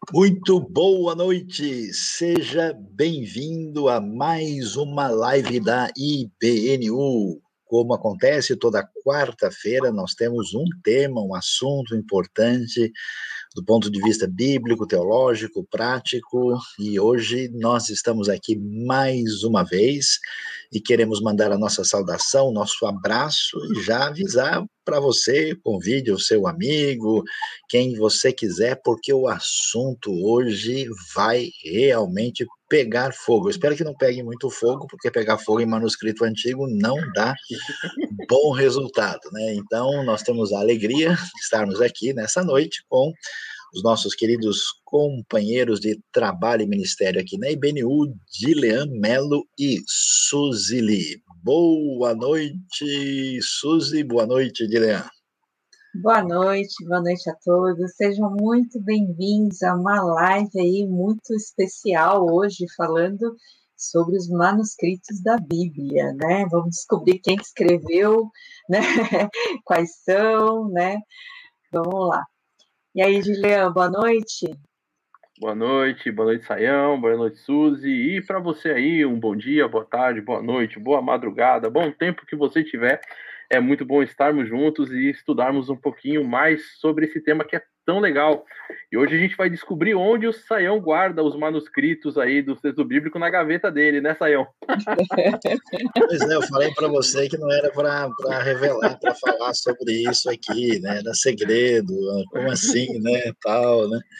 Muito boa noite, seja bem-vindo a mais uma live da IBNU. Como acontece toda quarta-feira, nós temos um tema, um assunto importante do ponto de vista bíblico, teológico, prático, e hoje nós estamos aqui mais uma vez e queremos mandar a nossa saudação, nosso abraço e já avisar para você, convide o seu amigo, quem você quiser, porque o assunto hoje vai realmente pegar fogo. Eu espero que não pegue muito fogo, porque pegar fogo em manuscrito antigo não dá bom resultado, né? Então, nós temos a alegria de estarmos aqui nessa noite com os nossos queridos companheiros de trabalho e ministério aqui na IBNU, Dilean Melo e Suzy Lee. Boa noite, Suzy. Boa noite, Dilean. Boa noite a todos. Sejam muito bem-vindos a uma live aí muito especial hoje, falando sobre os manuscritos da Bíblia, né? Vamos descobrir quem escreveu, né? Quais são, né? Vamos lá. E aí, Dilean, boa noite. Boa noite, Saião, boa noite, Suzy. E para você aí, um bom dia, boa tarde, boa noite, boa madrugada, bom tempo que você tiver. É muito bom estarmos juntos e estudarmos um pouquinho mais sobre esse tema que é tão legal. E hoje a gente vai descobrir onde o Saião guarda os manuscritos aí do texto bíblico na gaveta dele, né, Saião? Pois é, eu falei para você que não era para revelar, para falar sobre isso aqui, né? Era segredo, como assim, né? Tal, né?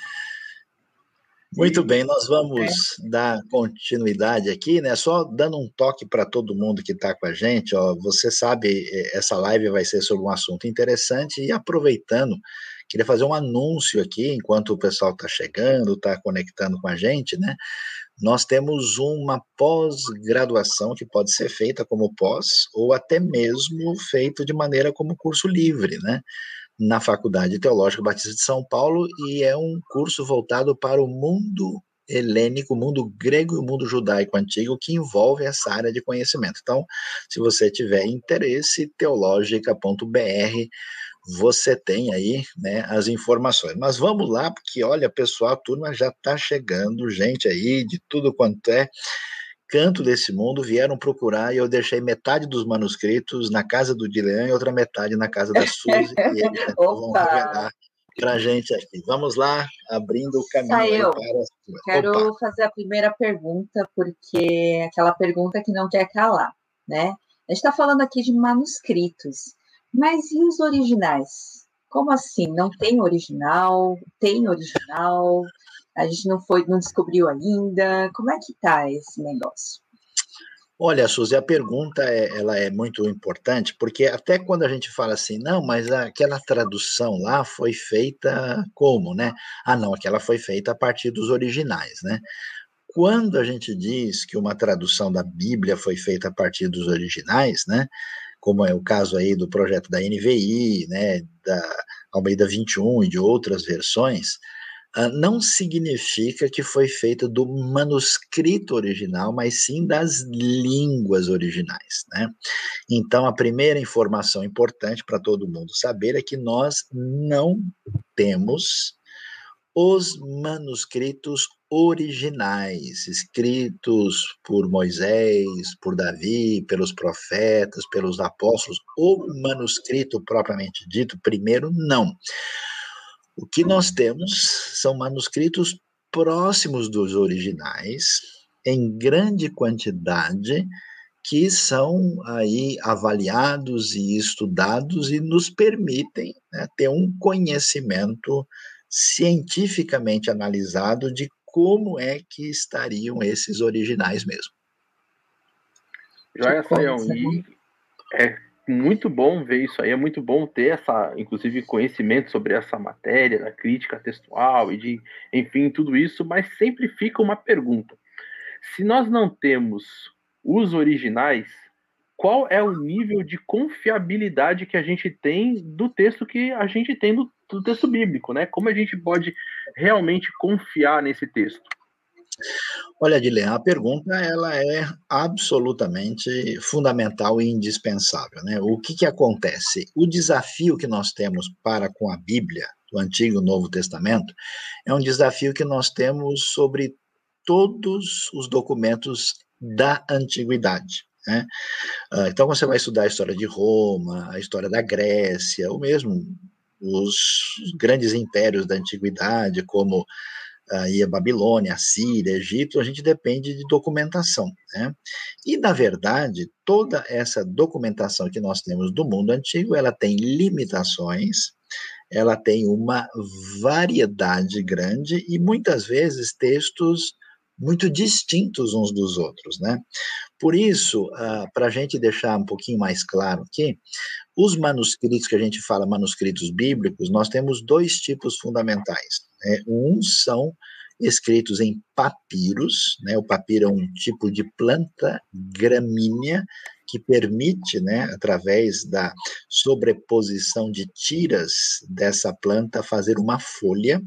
Muito bem, nós vamos dar continuidade aqui, né? Só dando um toque para todo mundo que está com a gente, ó, você sabe, essa live vai ser sobre um assunto interessante e aproveitando, queria fazer um anúncio aqui, enquanto o pessoal está chegando, está conectando com a gente, né? Nós temos uma pós-graduação que pode ser feita como pós ou até mesmo feito de maneira como curso livre, né? Na Faculdade Teológica Batista de São Paulo, e é um curso voltado para o mundo helênico, o mundo grego e o mundo judaico antigo, que envolve essa área de conhecimento. Então, se você tiver interesse, teologica.br, você tem aí, né, as informações. Mas vamos lá, porque olha, pessoal, a turma já está chegando, gente aí de tudo quanto é canto desse mundo, vieram procurar e eu deixei metade dos manuscritos na casa do Dilean e outra metade na casa da Suzy, e eles então vão revelar para a gente aqui. Vamos lá, abrindo o caminho Saiu. Aí para... Quero fazer a primeira pergunta, porque é aquela pergunta que não quer calar, né? A gente está falando aqui de manuscritos, mas e os originais? Como assim? Não tem original? Tem original? A gente não descobriu ainda? Como é que tá esse negócio? Olha, Suzy, a pergunta ela é muito importante, porque até quando a gente fala assim, não, mas aquela tradução lá foi feita como, né? Ah, não, aquela foi feita a partir dos originais, né? Quando a gente diz que uma tradução da Bíblia foi feita a partir dos originais, né? Como é o caso aí do projeto da NVI, né? Da Almeida 21 e de outras versões, não significa que foi feita do manuscrito original, mas sim das línguas originais, né? Então, a primeira informação importante para todo mundo saber é que nós não temos os manuscritos originais, escritos por Moisés, por Davi, pelos profetas, pelos apóstolos, o manuscrito propriamente dito, primeiro, não. O que nós temos são manuscritos próximos dos originais, em grande quantidade, que são aí avaliados e estudados e nos permitem, né, ter um conhecimento cientificamente analisado de como é que estariam esses originais mesmo. Joia, Saião, e é muito bom ver isso aí, é muito bom ter inclusive, conhecimento sobre essa matéria, da crítica textual e de, enfim, tudo isso, mas sempre fica uma pergunta. Se nós não temos os originais, qual é o nível de confiabilidade que a gente tem do texto que a gente tem do texto bíblico, né? Como a gente pode realmente confiar nesse texto? Olha, Adilene, a pergunta ela é absolutamente fundamental e indispensável, né? O que acontece? O desafio que nós temos para com a Bíblia, o Antigo e o Novo Testamento, é um desafio que nós temos sobre todos os documentos da antiguidade, né? Então, você vai estudar a história de Roma, a história da Grécia, ou mesmo os grandes impérios da antiguidade, como aí a Babilônia, a Síria, Egito, a gente depende de documentação, né? E, na verdade, toda essa documentação que nós temos do mundo antigo, ela tem limitações, ela tem uma variedade grande e, muitas vezes, textos muito distintos uns dos outros, né? Por isso, para a gente deixar um pouquinho mais claro aqui, os manuscritos que a gente fala, manuscritos bíblicos, nós temos dois tipos fundamentais, né? Uns são escritos em papiros, né? O papiro é um tipo de planta gramínea que permite, né, através da sobreposição de tiras dessa planta, fazer uma folha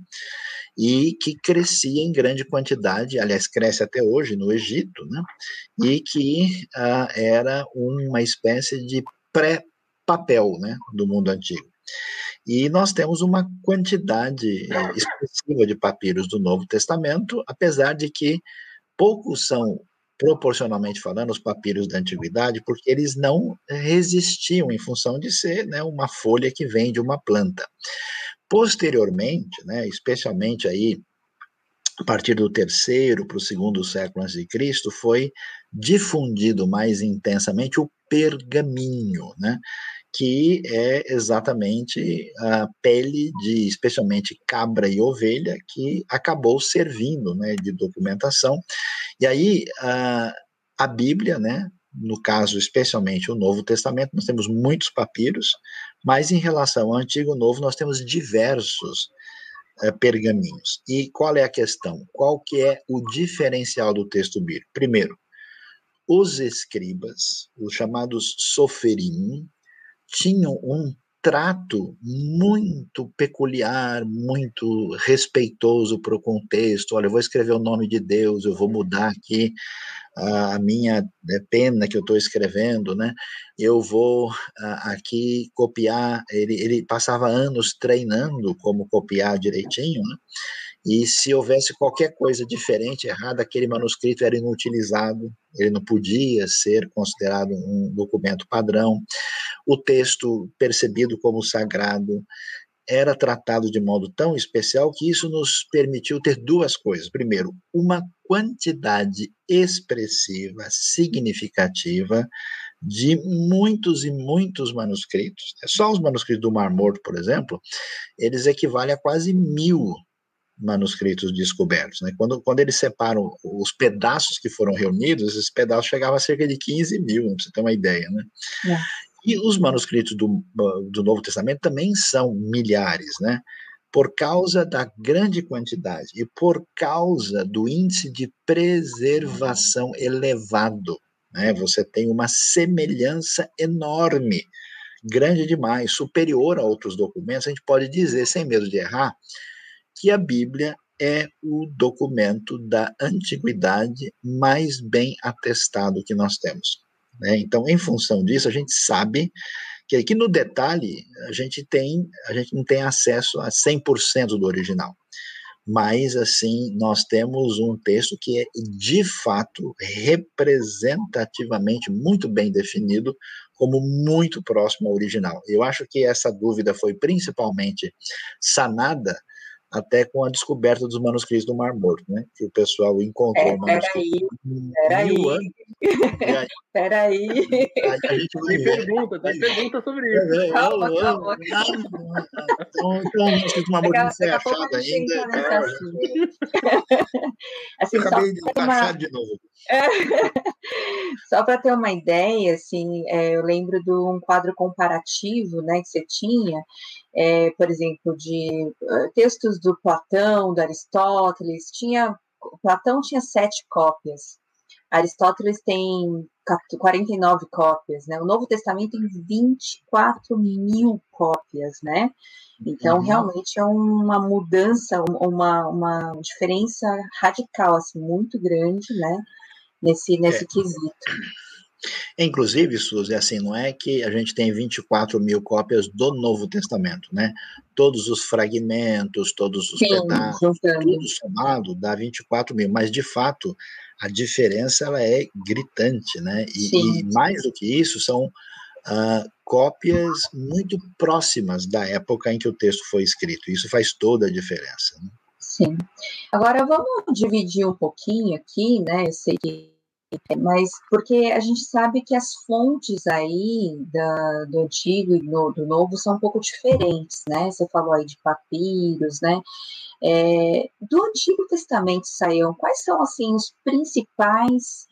e que crescia em grande quantidade, aliás, cresce até hoje no Egito, né? E que era uma espécie de pré-papel, né, do mundo antigo. E nós temos uma quantidade expressiva de papiros do Novo Testamento, apesar de que poucos são, proporcionalmente falando, os papiros da antiguidade, porque eles não resistiam em função de ser, né, uma folha que vem de uma planta. Posteriormente, né, especialmente aí a partir do terceiro para o segundo século antes de Cristo, foi difundido mais intensamente o pergaminho, né? Que é exatamente a pele de, especialmente, cabra e ovelha, que acabou servindo, né, de documentação. E aí a Bíblia, né, no caso especialmente o Novo Testamento, nós temos muitos papiros, mas em relação ao Antigo e Novo nós temos diversos pergaminhos. E qual é a questão? Qual que é o diferencial do texto bíblico? Primeiro, os escribas, os chamados soferim, tinham um trato muito peculiar, muito respeitoso para o contexto. Olha, eu vou escrever o nome de Deus, eu vou mudar aqui a minha pena que eu estou escrevendo, né? Eu vou aqui copiar. Ele passava anos treinando como copiar direitinho, né? E se houvesse qualquer coisa diferente, errada, aquele manuscrito era inutilizado, ele não podia ser considerado um documento padrão. O texto percebido como sagrado era tratado de modo tão especial que isso nos permitiu ter duas coisas. Primeiro, uma quantidade expressiva, significativa, de muitos e muitos manuscritos. Só os manuscritos do Mar Morto, por exemplo, eles equivalem a quase 1000 manuscritos descobertos, né? Quando eles separam os pedaços que foram reunidos, esses pedaços chegavam a cerca de 15.000, para você ter uma ideia, né? É. E os manuscritos do Novo Testamento também são milhares, né? Por causa da grande quantidade e por causa do índice de preservação elevado, né? Você tem uma semelhança enorme, grande demais, superior a outros documentos. A gente pode dizer, sem medo de errar, que a Bíblia é o documento da antiguidade mais bem atestado que nós temos, né? Então, em função disso, a gente sabe que aqui no detalhe a gente não tem acesso a 100% do original, mas assim nós temos um texto que é de fato representativamente muito bem definido como muito próximo ao original. Eu acho que essa dúvida foi principalmente sanada até com a descoberta dos manuscritos do Mar Morto, né? Que o pessoal encontrou o manuscrito mil Peraí. anos. E aí, Peraí. a gente vai ver. Tem pergunta sobre isso. Calma. Então, o manuscrito do Mar Morto não foi Daqui a pouco achado a gente ainda. entra nesse assunto. Assim, Eu acabei de achar de novo. Só para ter uma ideia, assim, eu lembro de um quadro comparativo, né, que você tinha, por exemplo, de textos do Platão, do Aristóteles. Platão tinha 7 cópias, Aristóteles tem 49 cópias, né? O Novo Testamento tem 24 mil cópias, né? Então, realmente é uma mudança, uma diferença radical, assim, muito grande, né? Nesse quesito. Inclusive, Suzy, assim, não é que a gente tem 24 mil cópias do Novo Testamento, né? Todos os fragmentos, todos os pedaços, tudo somado dá 24 mil, mas de fato a diferença ela é gritante, né? E mais do que isso, são cópias muito próximas da época em que o texto foi escrito. Isso faz toda a diferença, né? Sim. Agora vamos dividir um pouquinho aqui, né? Eu sei que, mas porque a gente sabe que as fontes aí do Antigo e do Novo são um pouco diferentes, né? Você falou aí de papiros, né? Do Antigo Testamento, Sayão, quais são assim os principais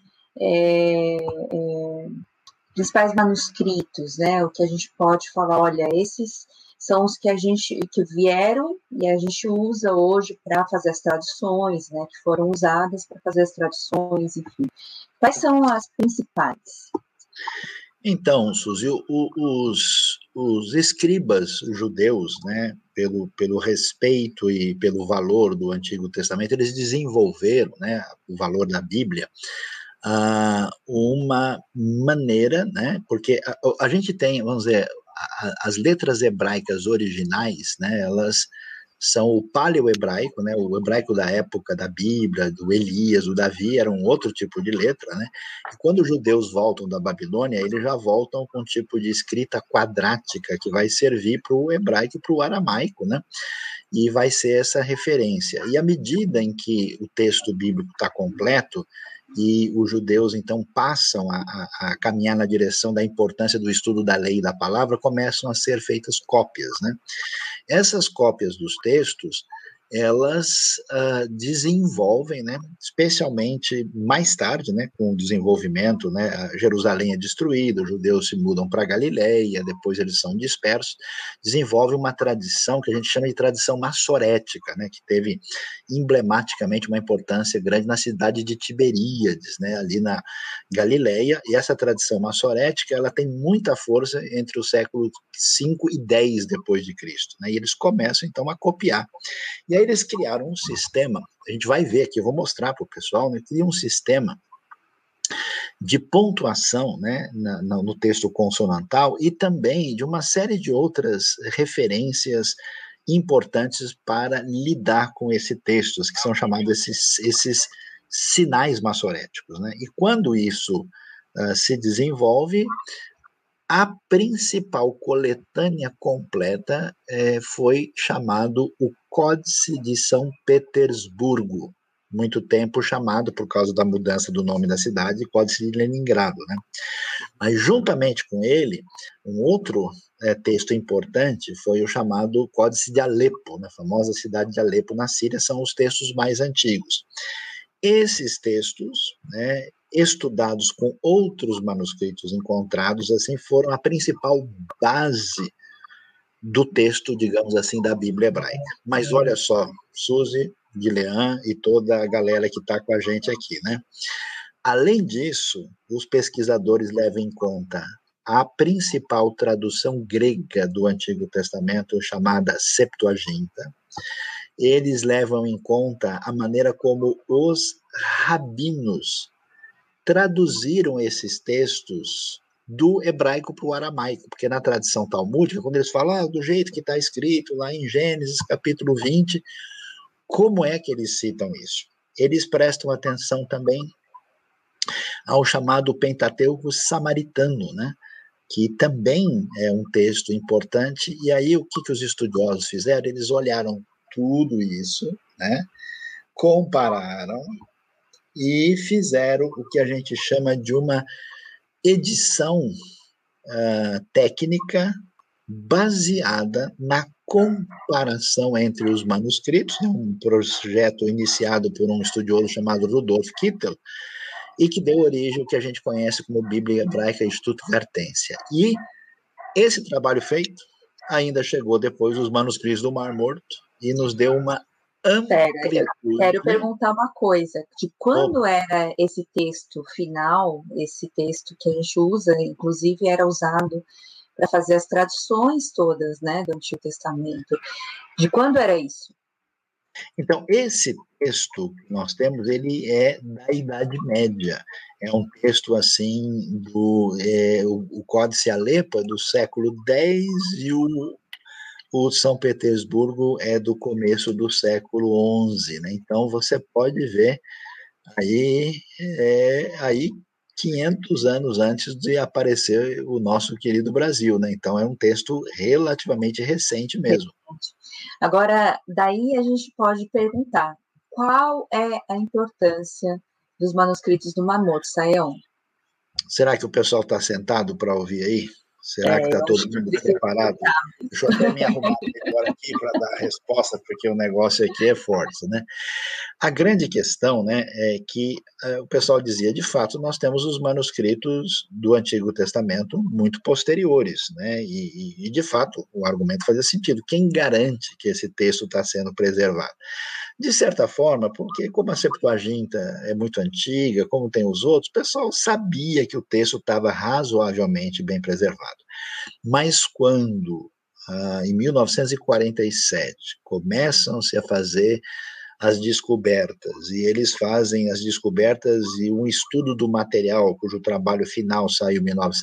manuscritos, né? O que a gente pode falar, olha, esses são os que vieram e a gente usa hoje para fazer as traduções, né? Que foram usadas para fazer as traduções, enfim. Quais são as principais? Então, Suzy, os escribas judeus, né, pelo respeito e pelo valor do Antigo Testamento, eles desenvolveram, né, o valor da Bíblia, uma maneira, né, porque a gente tem, vamos dizer, as letras hebraicas originais, né, elas são o paleo-hebraico, né, o hebraico da época da Bíblia, do Elias, o Davi, era um outro tipo de letra, né, e quando os judeus voltam da Babilônia, eles já voltam com um tipo de escrita quadrática, que vai servir para o hebraico e para o aramaico, né, e vai ser essa referência. E à medida em que o texto bíblico está completo, e os judeus então passam a caminhar na direção da importância do estudo da lei e da palavra, começam a ser feitas cópias, né? Essas cópias dos textos, elas desenvolvem, né, especialmente mais tarde, né, com o desenvolvimento, né, Jerusalém é destruída, os judeus se mudam para Galileia, depois eles são dispersos, desenvolve uma tradição que a gente chama de tradição massorética, né, que teve emblematicamente uma importância grande na cidade de Tiberíades, né, ali na Galileia, e essa tradição massorética, ela tem muita força entre o século 5 e 10 depois de Cristo, né, e eles começam então a copiar. E aí eles criaram um sistema, a gente vai ver aqui, eu vou mostrar para o pessoal, né, criam um sistema de pontuação, né, no texto consonantal e também de uma série de outras referências importantes para lidar com esses textos, que são chamados esses sinais massoréticos, né? E quando isso se desenvolve, a principal coletânea completa foi chamado o Códice de São Petersburgo, muito tempo chamado, por causa da mudança do nome da cidade, Códice de Leningrado, né? Mas juntamente com ele, um outro texto importante foi o chamado Códice de Alepo, na famosa cidade de Alepo, na Síria, são os textos mais antigos. Esses textos, né, estudados com outros manuscritos encontrados, assim, foram a principal base do texto, digamos assim, da Bíblia hebraica. Mas olha só, Suzy, Guilherme e toda a galera que está com a gente aqui, né? Além disso, os pesquisadores levam em conta a principal tradução grega do Antigo Testamento, chamada Septuaginta. Eles levam em conta a maneira como os rabinos traduziram esses textos do hebraico para o aramaico, porque na tradição talmúdica, quando eles falam do jeito que está escrito lá em Gênesis, capítulo 20, como é que eles citam isso? Eles prestam atenção também ao chamado Pentateuco samaritano, né? Que também é um texto importante, e aí o que os estudiosos fizeram? Eles olharam tudo isso, né? Compararam e fizeram o que a gente chama de uma edição técnica baseada na comparação entre os manuscritos, um projeto iniciado por um estudioso chamado Rudolf Kittel, e que deu origem ao que a gente conhece como Bíblia Hebraica Stuttgartense. E esse trabalho feito ainda chegou depois dos manuscritos do Mar Morto e nos deu uma amplitude. Quero perguntar uma coisa, de quando era esse texto final, esse texto que a gente usa, inclusive era usado para fazer as traduções todas, né, do Antigo Testamento. De quando era isso? Então, esse texto que nós temos, ele é da Idade Média. É um texto, assim, o Códice Alepa, do século X, e o São Petersburgo é do começo do século XI, né? Então, você pode ver aí 500 anos antes de aparecer o nosso querido Brasil, né? Então, é um texto relativamente recente mesmo. Agora, daí a gente pode perguntar, qual é a importância dos manuscritos do Mar Morto, Sayão? Será que o pessoal está sentado para ouvir aí? Será que está todo mundo preparado? Deixa eu até me arrumar melhor aqui para dar a resposta, porque o negócio aqui é forte, né? A grande questão, né, é que o pessoal dizia, de fato, nós temos os manuscritos do Antigo Testamento muito posteriores, né? E de fato, o argumento fazia sentido. Quem garante que esse texto está sendo preservado? De certa forma, porque como a Septuaginta é muito antiga, como tem os outros, o pessoal sabia que o texto estava razoavelmente bem preservado. Mas quando, em 1947, começam-se a fazer as descobertas, e eles fazem as descobertas e um estudo do material, cujo trabalho final saiu em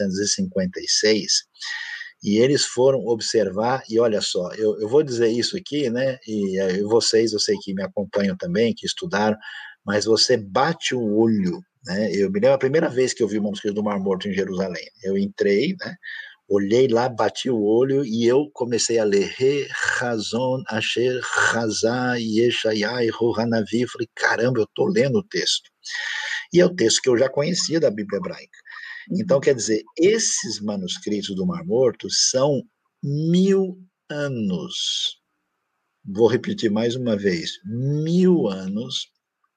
1956, e eles foram observar, e olha só, eu vou dizer isso aqui, né, e vocês, eu sei que me acompanham também, que estudaram, mas você bate o olho, né, eu me lembro a primeira vez que eu vi o manuscrito do Mar Morto em Jerusalém, eu entrei, né, olhei lá, bati o olho e eu comecei a ler Re, Razon, Asher, Razá, Yeshayai, Rohanavi, falei, caramba, eu estou lendo o texto. E é o texto que eu já conhecia da Bíblia hebraica. Então, quer dizer, esses manuscritos do Mar Morto são 1000 anos. Vou repetir mais uma vez, 1000 anos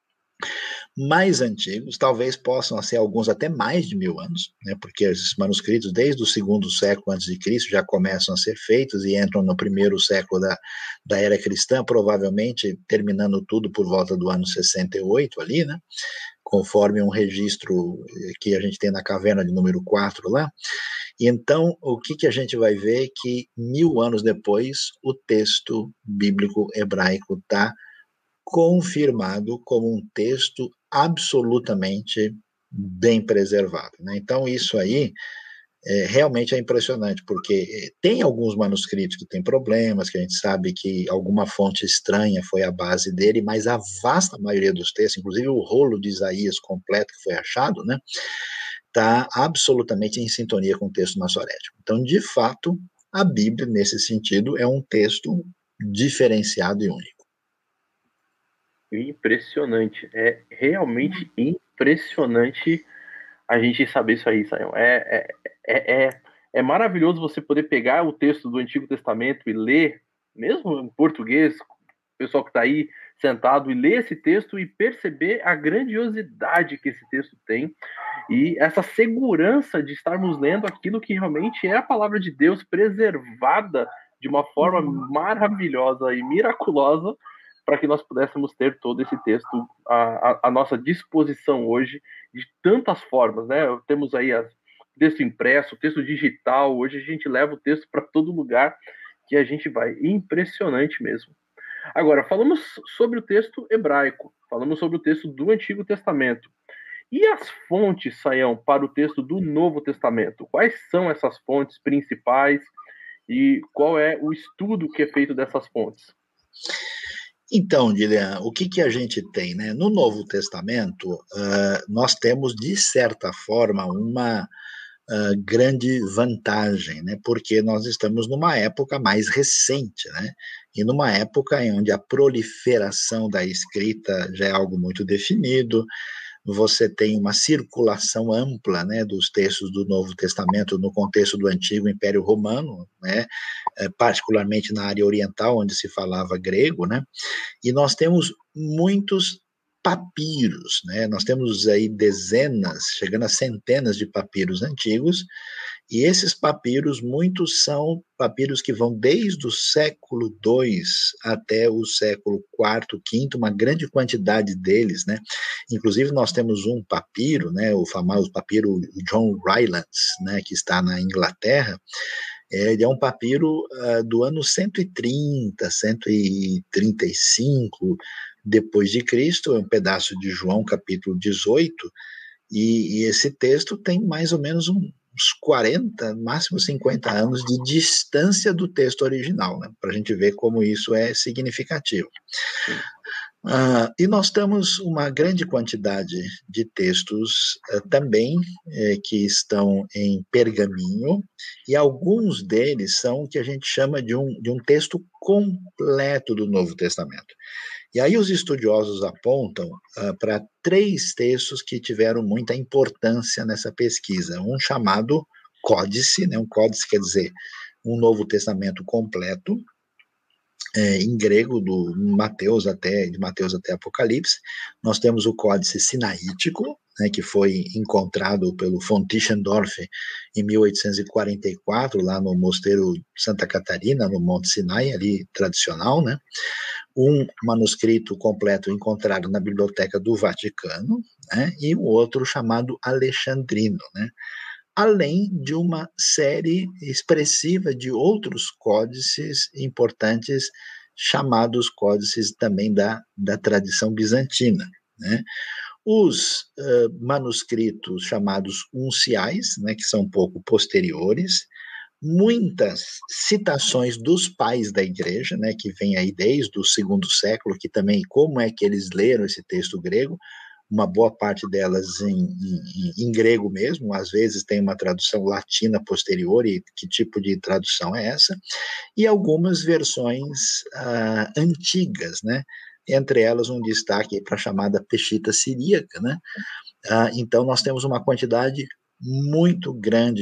mais antigos, talvez possam ser alguns até mais de 1000 anos, né, porque esses manuscritos, desde o segundo século antes de Cristo, já começam a ser feitos e entram no primeiro século da era cristã, provavelmente terminando tudo por volta do ano 68 ali, né, conforme um registro que a gente tem na caverna de número 4 lá. E então, o que a gente vai ver é que 1000 anos depois, o texto bíblico hebraico está confirmado como um texto absolutamente bem preservado, né? Então, isso aí realmente é impressionante, porque tem alguns manuscritos que têm problemas, que a gente sabe que alguma fonte estranha foi a base dele, mas a vasta maioria dos textos, inclusive o rolo de Isaías completo que foi achado, né, está absolutamente em sintonia com o texto maçorético. Então, de fato, a Bíblia, nesse sentido, é um texto diferenciado e único. Impressionante. É realmente impressionante a gente saber isso aí, Sayão. É maravilhoso você poder pegar o texto do Antigo Testamento e ler, mesmo em português, o pessoal que está aí sentado, e ler esse texto e perceber a grandiosidade que esse texto tem e essa segurança de estarmos lendo aquilo que realmente é a palavra de Deus preservada de uma forma maravilhosa e miraculosa, para que nós pudéssemos ter todo esse texto à nossa disposição hoje, de tantas formas, né? Temos aí texto impresso, texto digital, hoje a gente leva o texto para todo lugar que a gente vai. Impressionante mesmo. Agora, falamos sobre o texto hebraico, falamos sobre o texto do Antigo Testamento. E as fontes, Sayão, para o texto do Novo Testamento? Quais são essas fontes principais e qual é o estudo que é feito dessas fontes? Então, Dilian, o que a gente tem, né? No Novo Testamento, nós temos, de certa forma, uma grande vantagem, né? Porque nós estamos numa época mais recente, né? E numa época em onde a proliferação da escrita já é algo muito definido, você tem uma circulação ampla, né, dos textos do Novo Testamento no contexto do Antigo Império Romano, né, particularmente na área oriental, onde se falava grego, né, e nós temos muitos papiros, né, nós temos aí dezenas, chegando a centenas de papiros antigos, E esses papiros, muitos são papiros que vão desde o século II até o século IV, V, uma grande quantidade deles, né? Inclusive, nós temos um papiro, né, o famoso papiro John Rylands, né, que está na Inglaterra. Ele é um papiro do ano 130, 135 depois de Cristo, é um pedaço de João, capítulo 18, e esse texto tem mais ou menos uns 40, máximo 50 anos de distância do texto original, né, para a gente ver como isso é significativo. E nós temos uma grande quantidade de textos também que estão em pergaminho, e alguns deles são o que a gente chama de um texto completo do Novo Testamento. E aí os estudiosos apontam para 3 textos que tiveram muita importância nessa pesquisa. Um chamado Códice, né? Um códice quer dizer um Novo Testamento completo, em grego, de Mateus até Apocalipse. Nós temos o Códice Sinaítico, né, que foi encontrado pelo von Tischendorf em 1844, lá no Mosteiro Santa Catarina, no Monte Sinai, ali tradicional, né? Um manuscrito completo encontrado na Biblioteca do Vaticano, né? E o outro chamado Alexandrino, né? Além de uma série expressiva de outros códices importantes, chamados códices também da tradição bizantina, né? Os manuscritos chamados unciais, né, que são um pouco posteriores, muitas citações dos pais da igreja, né, que vem aí desde o segundo século, que também como é que eles leram esse texto grego, uma boa parte delas em grego mesmo, às vezes tem uma tradução latina posterior, e que tipo de tradução é essa? E algumas versões antigas, né? Entre elas um destaque para a chamada Peshitta siríaca, né? Então nós temos uma quantidade muito grande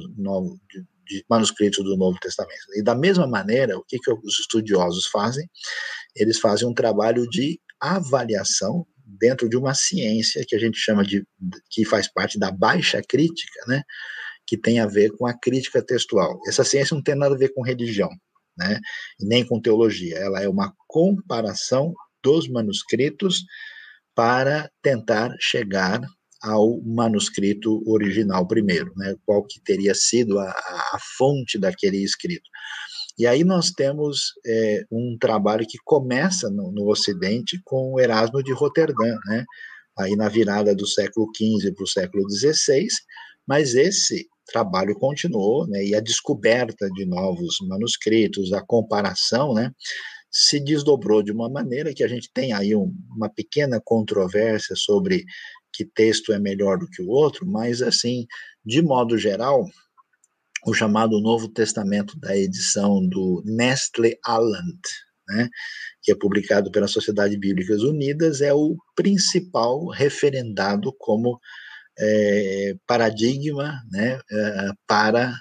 de manuscritos do Novo Testamento. E da mesma maneira, o que os estudiosos fazem? Eles fazem um trabalho de avaliação dentro de uma ciência que a gente chama que faz parte da baixa crítica, né? Que tem a ver com a crítica textual. Essa ciência não tem nada a ver com religião, né? E nem com teologia. Ela é uma comparação dos manuscritos para tentar chegar ao manuscrito original primeiro, né? Qual que teria sido a fonte daquele escrito. E aí nós temos um trabalho que começa no Ocidente com o Erasmo de Roterdã, né? Aí na virada do século XV para o século XVI, mas esse trabalho continuou, né? E a descoberta de novos manuscritos, a comparação, né? Se desdobrou de uma maneira que a gente tem aí uma pequena controvérsia sobre que texto é melhor do que o outro, mas assim, de modo geral, o chamado Novo Testamento da edição do Nestle Aland, né, que é publicado pela Sociedade Bíblicas Unidas, é o principal referendado como paradigma, né, para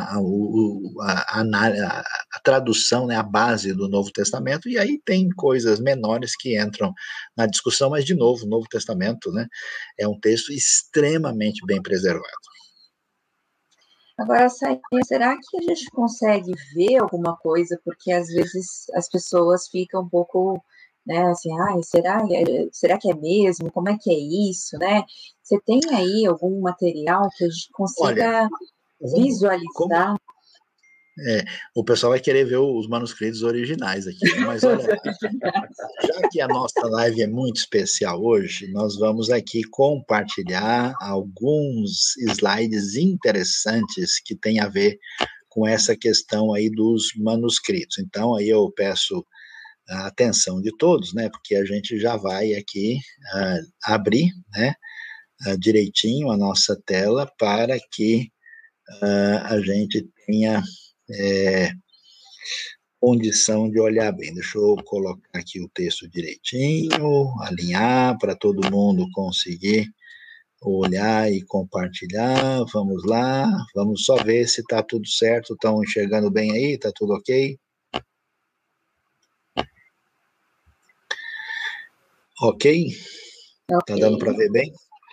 a tradução, né, a base do Novo Testamento, e aí tem coisas menores que entram na discussão, mas, de novo, o Novo Testamento, né, é um texto extremamente bem preservado. Agora, será que a gente consegue ver alguma coisa? Porque às vezes as pessoas ficam um pouco, né, assim, será que é mesmo? Como é que é isso, né? Você tem aí algum material que a gente consiga visualizar? O pessoal vai querer ver os manuscritos originais aqui, né? Mas olha, já que a nossa live é muito especial hoje, nós vamos aqui compartilhar alguns slides interessantes que têm a ver com essa questão aí dos manuscritos. Então, aí eu peço a atenção de todos, né? Porque a gente já vai aqui abrir, né? Direitinho a nossa tela para que a gente tenha condição de olhar bem. Deixa eu colocar aqui o texto direitinho, alinhar para todo mundo conseguir olhar e compartilhar. Vamos lá, vamos só ver se está tudo certo. Estão enxergando bem aí? Está tudo ok? Ok? Está dando para ver bem?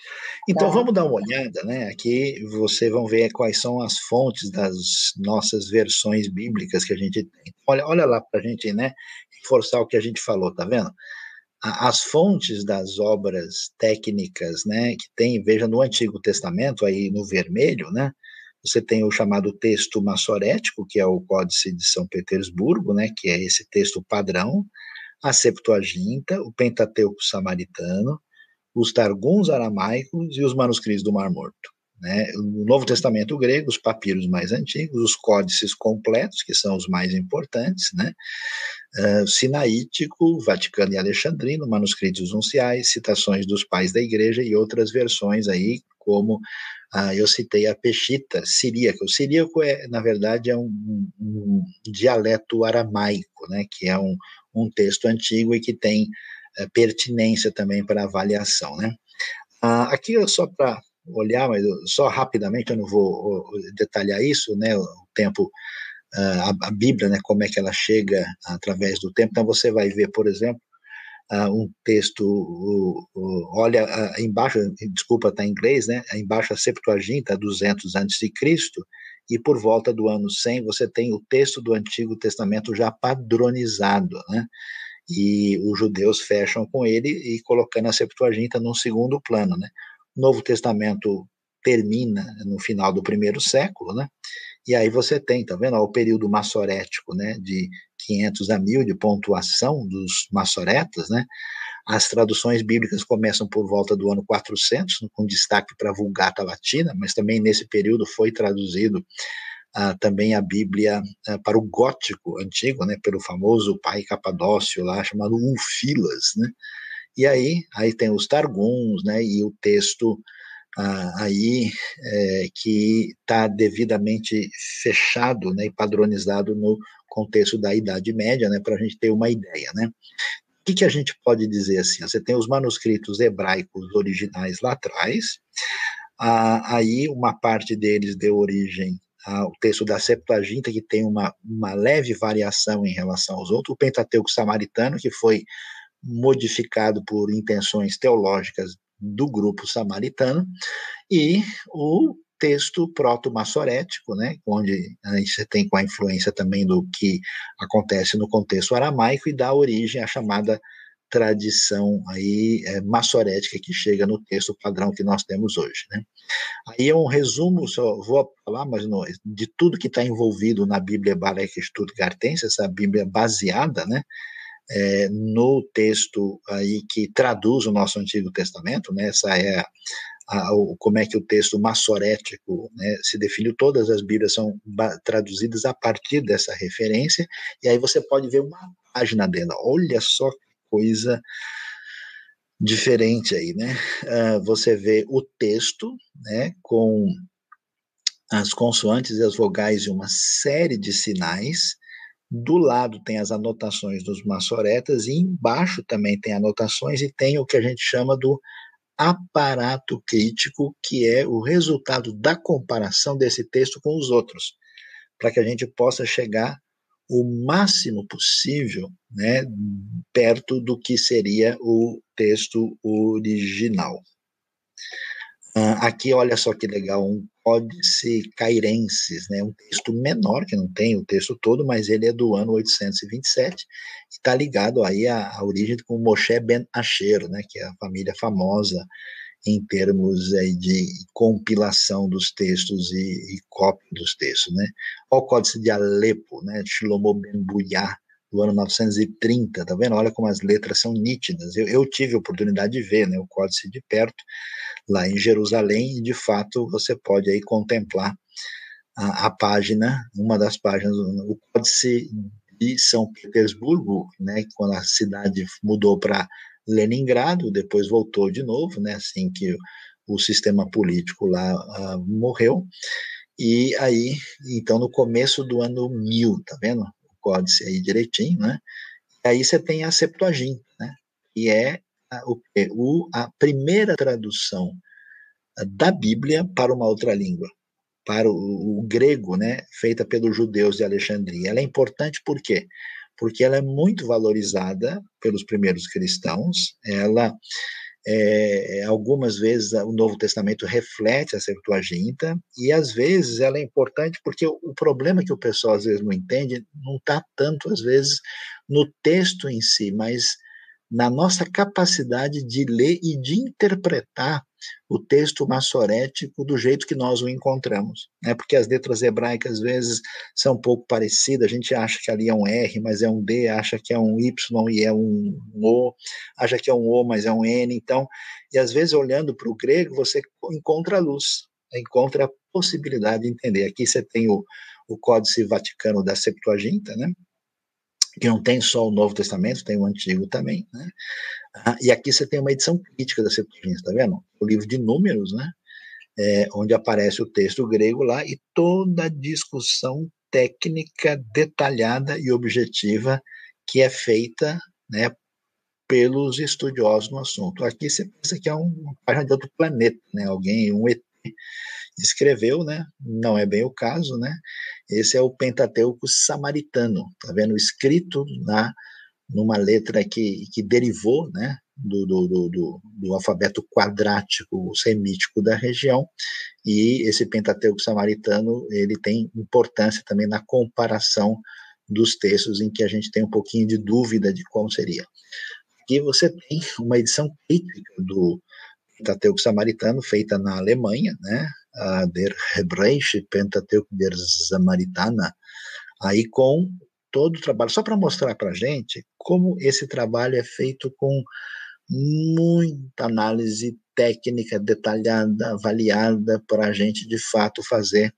Então, vamos dar uma olhada, né? Aqui vocês vão ver quais são as fontes das nossas versões bíblicas que a gente tem. Olha lá para a gente, né, reforçar o que a gente falou, tá vendo? As fontes das obras técnicas, né, que tem, veja no Antigo Testamento, aí no vermelho, né, você tem o chamado texto massorético, que é o Códice de São Petersburgo, né, que é esse texto padrão, a Septuaginta, o Pentateuco samaritano, os Targums aramaicos e os manuscritos do Mar Morto. Né? O Novo Testamento grego, os papiros mais antigos, os códices completos, que são os mais importantes, né? Sinaítico, Vaticano e Alexandrino, manuscritos unciais, citações dos pais da igreja e outras versões aí, como eu citei a Peshita siríaca. O siríaco, na verdade, é um dialeto aramaico, né? Que é um texto antigo e que tem pertinência também para avaliação, né? Aqui só para olhar, mas só rapidamente, eu não vou detalhar isso, né? O tempo, a Bíblia, né? Como é que ela chega através do tempo. Então você vai ver, por exemplo, um texto, olha embaixo, desculpa, está em inglês, né? Embaixo a Septuaginta, 200 a.C., e por volta do ano 100 você tem o texto do Antigo Testamento já padronizado, né? E os judeus fecham com ele e colocando a Septuaginta num segundo plano, né? O Novo Testamento termina no final do primeiro século, né? E aí você tem, tá vendo, o período massorético, né, de 500 a 1000 de pontuação dos massoretas, né? As traduções bíblicas começam por volta do ano 400, com destaque para a Vulgata Latina, mas também nesse período foi traduzido também a Bíblia para o gótico antigo, né, pelo famoso pai Capadócio lá, chamado Ulfilas, né? E aí tem os Targums, né, e o texto que está devidamente fechado, né, e padronizado no contexto da Idade Média, né, para a gente ter uma ideia, né? O que a gente pode dizer assim? Você tem os manuscritos hebraicos originais lá atrás, aí uma parte deles deu origem ao texto da Septuaginta, que tem uma leve variação em relação aos outros, o Pentateuco samaritano, que foi modificado por intenções teológicas do grupo samaritano, e o texto proto-massorético, né, onde a gente tem com a influência também do que acontece no contexto aramaico e dá origem à chamada tradição aí massorética que chega no texto padrão que nós temos hoje, né? Aí é um resumo, só vou falar, mas não, de tudo que está envolvido na Bíblia Hebraica Stuttgartense, essa Bíblia baseada, né, no texto aí que traduz o nosso Antigo Testamento, né? Essa é como é que o texto massorético, né, se definiu. Todas as Bíblias são traduzidas a partir dessa referência, e aí você pode ver uma página dela. Olha só que coisa diferente aí, né? Você vê o texto, né, com as consoantes e as vogais e uma série de sinais. Do lado tem as anotações dos maçoretas e embaixo também tem anotações e tem o que a gente chama do aparato crítico, que é o resultado da comparação desse texto com os outros, para que a gente possa chegar o máximo possível, né, perto do que seria o texto original. Aqui, olha só que legal, um Códice Cairensis, né, um texto menor, que não tem o texto todo, mas ele é do ano 827, e está ligado aí à origem com Moshe Ben Asher, né, que é a família famosa em termos aí de compilação dos textos e cópia dos textos, né. Olha o Códice de Alepo, né, de Shlomo Ben Buyá, do ano 930, tá vendo? Olha como as letras são nítidas. Eu tive a oportunidade de ver, né, o códice de perto, lá em Jerusalém, e de fato você pode aí contemplar a página, uma das páginas, o Códice de São Petersburgo, né, quando a cidade mudou para Leningrado, depois voltou de novo, né, assim que o sistema político lá morreu, e aí, então, no começo do ano 1000, tá vendo? O códice aí direitinho, né? E aí você tem a Septuaginta, né? Que é a primeira tradução da Bíblia para uma outra língua, para o grego, né, feita pelos judeus de Alexandria. Ela é importante por quê? Porque ela é muito valorizada pelos primeiros cristãos, ela Algumas vezes o Novo Testamento reflete a Septuaginta, e às vezes ela é importante porque o problema que o pessoal às vezes não entende não está tanto, às vezes, no texto em si, mas na nossa capacidade de ler e de interpretar o texto massorético do jeito que nós o encontramos, né? Porque as letras hebraicas às vezes são um pouco parecidas, a gente acha que ali é um R, mas é um D, acha que é um Y e é um O, acha que é um O, mas é um N, então, e às vezes olhando para o grego, você encontra a luz, encontra a possibilidade de entender. Aqui você tem o Códice Vaticano da Septuaginta, né? Que não tem só o Novo Testamento, tem o Antigo também, né? E aqui você tem uma edição crítica da Septuaginta, tá vendo? O livro de Números, né? Onde aparece o texto grego lá e toda a discussão técnica detalhada e objetiva que é feita, né, pelos estudiosos no assunto. Aqui você pensa que é uma página de outro planeta, né? Alguém, um ET, escreveu, né? Não é bem o caso, né? Esse é o Pentateuco samaritano, tá vendo? Escrito numa letra que derivou, né? Do alfabeto quadrático semítico da região, e esse Pentateuco samaritano ele tem importância também na comparação dos textos em que a gente tem um pouquinho de dúvida de como seria. Aqui você tem uma edição crítica do Pentateuco samaritano feita na Alemanha, né? A Der Hebräische Pentateuch der Samaritana, aí com todo o trabalho, só para mostrar para a gente como esse trabalho é feito com muita análise técnica detalhada, avaliada, para a gente de fato fazer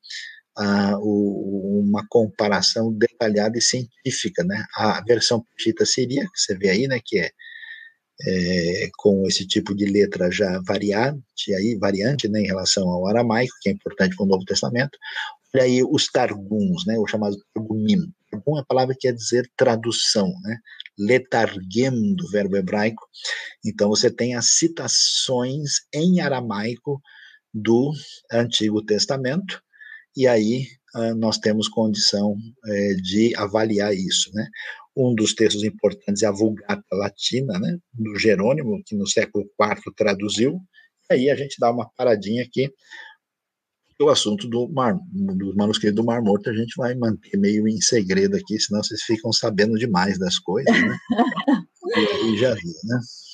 uma comparação detalhada e científica, né? A versão Peshitta síria, que você vê aí, né, que com esse tipo de letra já variante, né, em relação ao aramaico, que é importante para o Novo Testamento. Olha aí os targums, né, o chamado targumim. Targum é a palavra que quer dizer tradução, né? Letargem, do verbo hebraico. Então você tem as citações em aramaico do Antigo Testamento, e aí nós temos condição de avaliar isso, né? Um dos textos importantes é a Vulgata Latina, né, do Jerônimo, que no século IV traduziu. E aí a gente dá uma paradinha aqui. O assunto dos manuscritos do Mar Morto a gente vai manter meio em segredo aqui, senão vocês ficam sabendo demais das coisas, né? E aí já viu, né?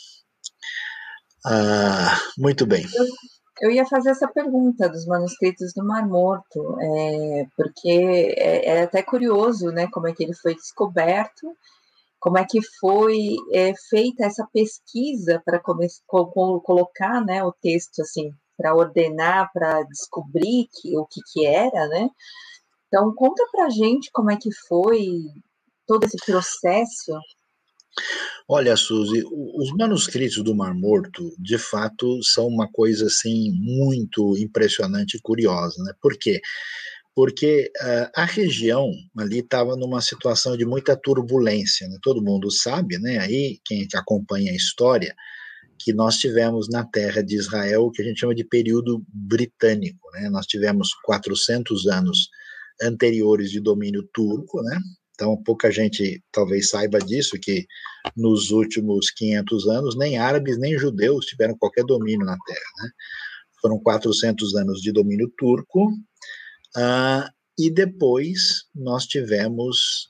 Muito bem. Eu ia fazer essa pergunta dos manuscritos do Mar Morto, porque é até curioso, né, como é que ele foi descoberto, como é que foi feita essa pesquisa para colocar, né, o texto assim, para ordenar, para descobrir o que era, né? Então conta para a gente como é que foi todo esse processo. Olha, Suzy, os manuscritos do Mar Morto, de fato, são uma coisa assim muito impressionante e curiosa, né? Por quê? Porque a região ali estava numa situação de muita turbulência, né? Todo mundo sabe, né? Aí quem acompanha a história, que nós tivemos na terra de Israel o que a gente chama de período britânico, né? Nós tivemos 400 anos anteriores de domínio turco, né? Então, pouca gente talvez saiba disso, que nos últimos 500 anos, nem árabes nem judeus tiveram qualquer domínio na terra, né? Foram 400 anos de domínio turco, e depois nós tivemos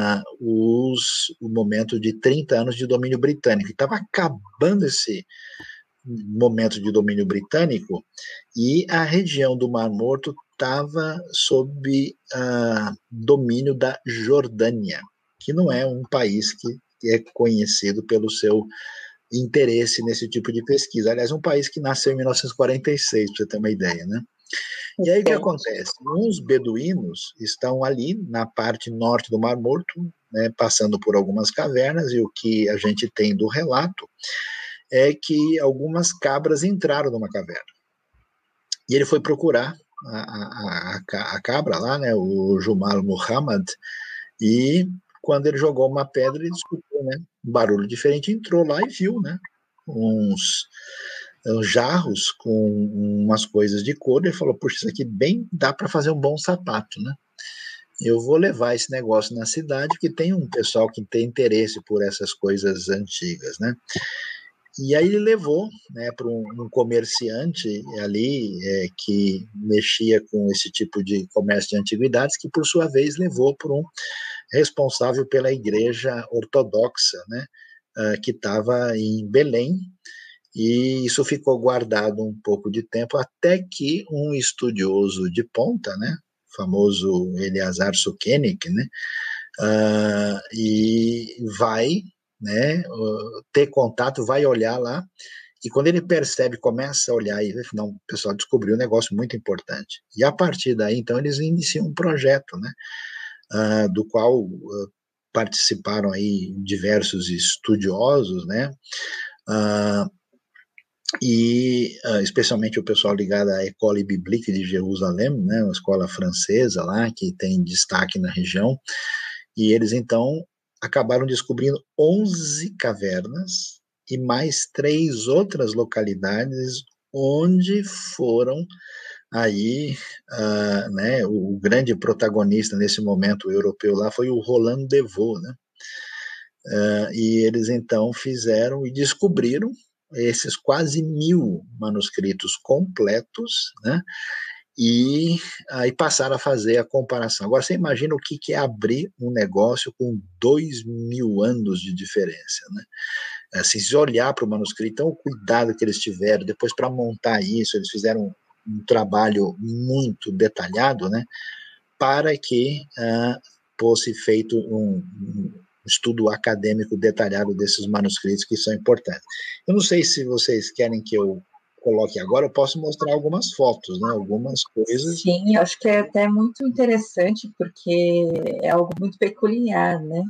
o momento de 30 anos de domínio britânico. Estava acabando esse momento de domínio britânico e a região do Mar Morto estava sob domínio da Jordânia, que não é um país que é conhecido pelo seu interesse nesse tipo de pesquisa. Aliás, um país que nasceu em 1946, para você ter uma ideia, né? E aí o que acontece? Uns beduínos estão ali na parte norte do Mar Morto, né, passando por algumas cavernas, e o que a gente tem do relato é que algumas cabras entraram numa caverna. E ele foi procurar a cabra lá, né, o Jumal Muhammad, e quando ele jogou uma pedra, ele escutou, né, um barulho diferente, entrou lá e viu, né, uns jarros com umas coisas de couro. Ele falou, puxa, isso aqui bem dá para fazer um bom sapato, né? Eu vou levar esse negócio na cidade, que tem um pessoal que tem interesse por essas coisas antigas, né? E aí ele levou, né, para um comerciante ali que mexia com esse tipo de comércio de antiguidades, que por sua vez levou para um responsável pela igreja ortodoxa, né, que estava em Belém, e isso ficou guardado um pouco de tempo, até que um estudioso de ponta, né, famoso Eleazar Sukenik, né, e vai, né, ter contato, vai olhar lá, e quando ele percebe, começa a olhar e vê, não, o pessoal descobriu um negócio muito importante. E a partir daí, então, eles iniciam um projeto, né, do qual participaram aí diversos estudiosos, né, e especialmente o pessoal ligado à École Biblique de Jerusalém, né, uma escola francesa lá, que tem destaque na região, e eles então acabaram descobrindo 11 cavernas e mais 3 outras localidades onde foram aí, né, o grande protagonista nesse momento europeu lá foi o Roland Devaux, né, e eles então fizeram e descobriram esses quase 1.000 manuscritos completos, né, e aí passaram a fazer a comparação. Agora você imagina o que é abrir um negócio com 2.000 anos de diferença, né? Assim, se olhar para o manuscrito, então o cuidado que eles tiveram, depois para montar isso, eles fizeram um trabalho muito detalhado, né, para que fosse feito um estudo acadêmico detalhado desses manuscritos que são importantes. Eu não sei se vocês querem que eu coloque agora, eu posso mostrar algumas fotos, né, algumas coisas. Sim, eu acho que é até muito interessante, porque é algo muito peculiar, né?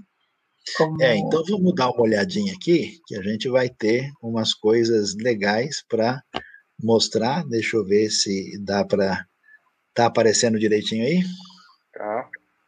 Então vamos dar uma olhadinha aqui, que a gente vai ter umas coisas legais para mostrar. Deixa eu ver se dá para... Tá aparecendo direitinho aí? Tá.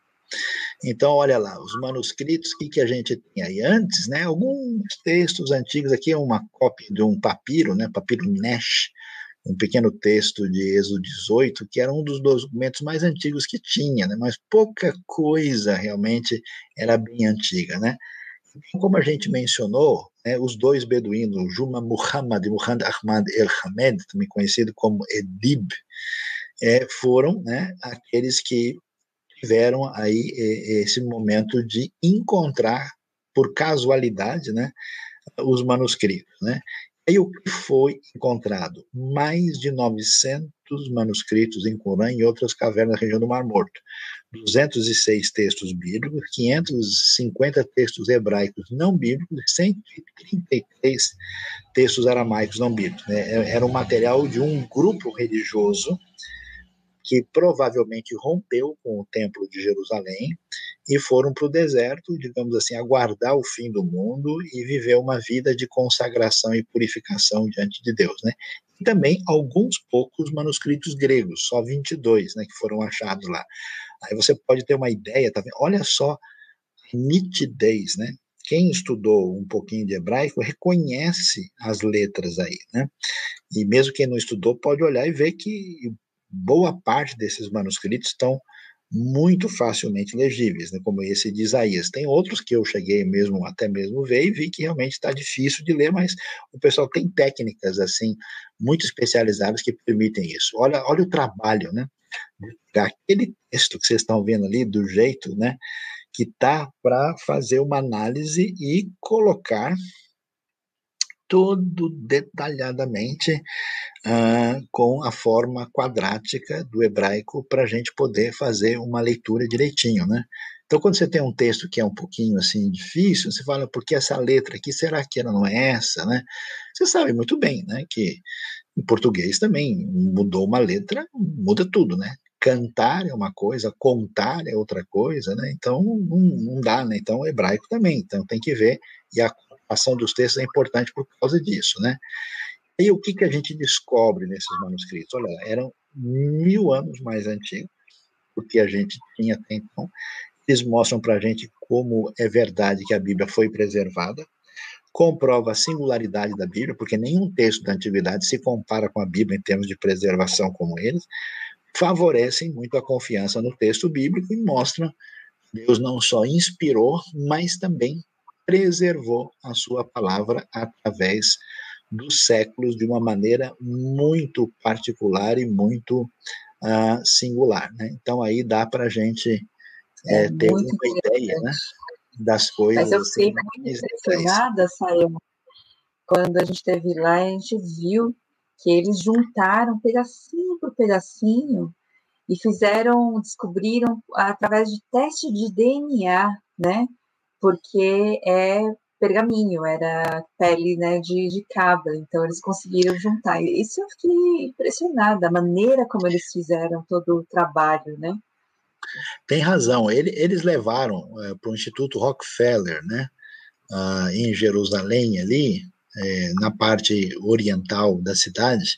Então, olha lá, os manuscritos, o que a gente tem aí? Antes, né, alguns textos antigos, aqui é uma cópia de um papiro, né, papiro Nesh, um pequeno texto de Êxodo 18, que era um dos documentos mais antigos que tinha, né, mas pouca coisa realmente era bem antiga, né. Como a gente mencionou, né, os dois beduínos, Juma Muhammad e Muhammad Ahmad El-Hamed, também conhecido como Edib, foram, né, aqueles que tiveram aí esse momento de encontrar, por casualidade, né, os manuscritos, né? E o que foi encontrado? Mais de 900 manuscritos em Corã e outras cavernas da região do Mar Morto. 206 textos bíblicos, 550 textos hebraicos não bíblicos e 133 textos aramaicos não bíblicos. Né? Era um material de um grupo religioso que provavelmente rompeu com o Templo de Jerusalém e foram para o deserto, digamos assim, aguardar o fim do mundo e viver uma vida de consagração e purificação diante de Deus, né? E também alguns poucos manuscritos gregos, só 22, né, que foram achados lá. Aí você pode ter uma ideia, tá vendo? Olha só a nitidez, né? Quem estudou um pouquinho de hebraico reconhece as letras aí, né? E mesmo quem não estudou pode olhar e ver que boa parte desses manuscritos estão muito facilmente legíveis, né, como esse de Isaías. Tem outros que eu cheguei mesmo, até mesmo ver e vi que realmente está difícil de ler, mas o pessoal tem técnicas assim muito especializadas que permitem isso. Olha o trabalho, né? Aquele texto que vocês estão vendo ali, do jeito, né, que tá para fazer uma análise e colocar tudo detalhadamente com a forma quadrática do hebraico para a gente poder fazer uma leitura direitinho, né? Então, quando você tem um texto que é um pouquinho assim difícil, você fala, por que essa letra aqui, será que ela não é essa, né? Você sabe muito bem, né, que em português também mudou uma letra, muda tudo, né? Cantar é uma coisa, contar é outra coisa, né? Então, não dá, né? Então, o hebraico também, então tem que ver, e a ação dos textos é importante por causa disso, né? E o que a gente descobre nesses manuscritos? Olha, eram 1.000 anos mais antigos do que a gente tinha até então. Eles mostram para a gente como é verdade que a Bíblia foi preservada, comprova a singularidade da Bíblia, porque nenhum texto da antiguidade se compara com a Bíblia em termos de preservação como eles, favorecem muito a confiança no texto bíblico e mostram que Deus não só inspirou, mas também preservou a sua palavra através dos séculos de uma maneira muito particular e muito singular, né? Então aí dá para a gente ter muito uma ideia, né, das Mas coisas eu assim, fiquei muito mais literais. impressionada, Sayão, quando a gente esteve lá, a gente viu que eles juntaram pedacinho por pedacinho e descobriram através de teste de DNA, né? Porque é pergaminho, era pele, né, de cabra, então eles conseguiram juntar. Isso eu fiquei impressionada, a maneira como eles fizeram todo o trabalho, né? Tem razão, eles levaram para o Instituto Rockefeller, né, em Jerusalém ali, na parte oriental da cidade,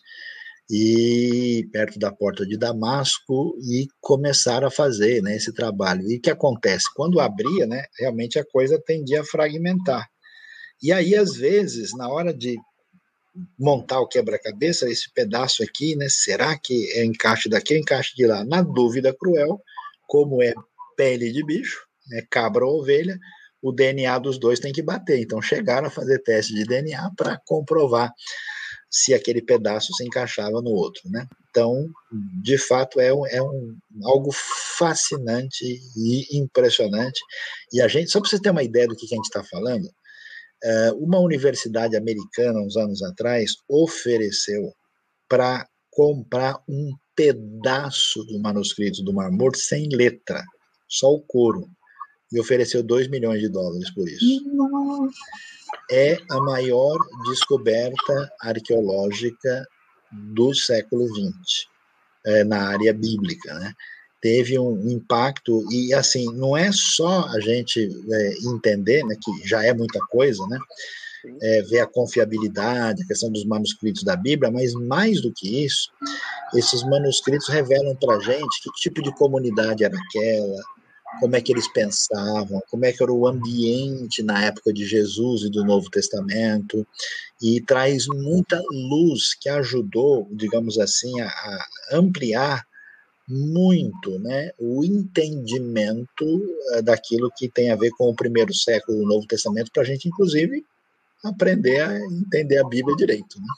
e perto da porta de Damasco, e começaram a fazer, né, esse trabalho. E o que acontece? Quando abria, né, realmente a coisa tendia a fragmentar. E aí, às vezes, na hora de montar o quebra-cabeça, esse pedaço aqui, né, será que é encaixe daqui ou encaixe de lá? Na dúvida cruel, como é pele de bicho, né, cabra ou ovelha, o DNA dos dois tem que bater. Então, chegaram a fazer teste de DNA para comprovar se aquele pedaço se encaixava no outro, né? Então, de fato, algo fascinante e impressionante. E a gente, só para você ter uma ideia do que a gente está falando, uma universidade americana, uns anos atrás, ofereceu para comprar um pedaço do manuscrito do Mar Morto sem letra, só o coro, e ofereceu $2 milhões por isso. Nossa. É a maior descoberta arqueológica do século XX, na área bíblica, né? Teve um impacto, e assim, não é só a gente entender, né, que já é muita coisa, né? Ver a confiabilidade, a questão dos manuscritos da Bíblia, mas mais do que isso, esses manuscritos revelam para a gente que tipo de comunidade era aquela, como é que eles pensavam, como é que era o ambiente na época de Jesus e do Novo Testamento, e traz muita luz que ajudou, digamos assim, a ampliar muito, né, o entendimento daquilo que tem a ver com o primeiro século do Novo Testamento, para a gente, inclusive, aprender a entender a Bíblia direito. Né?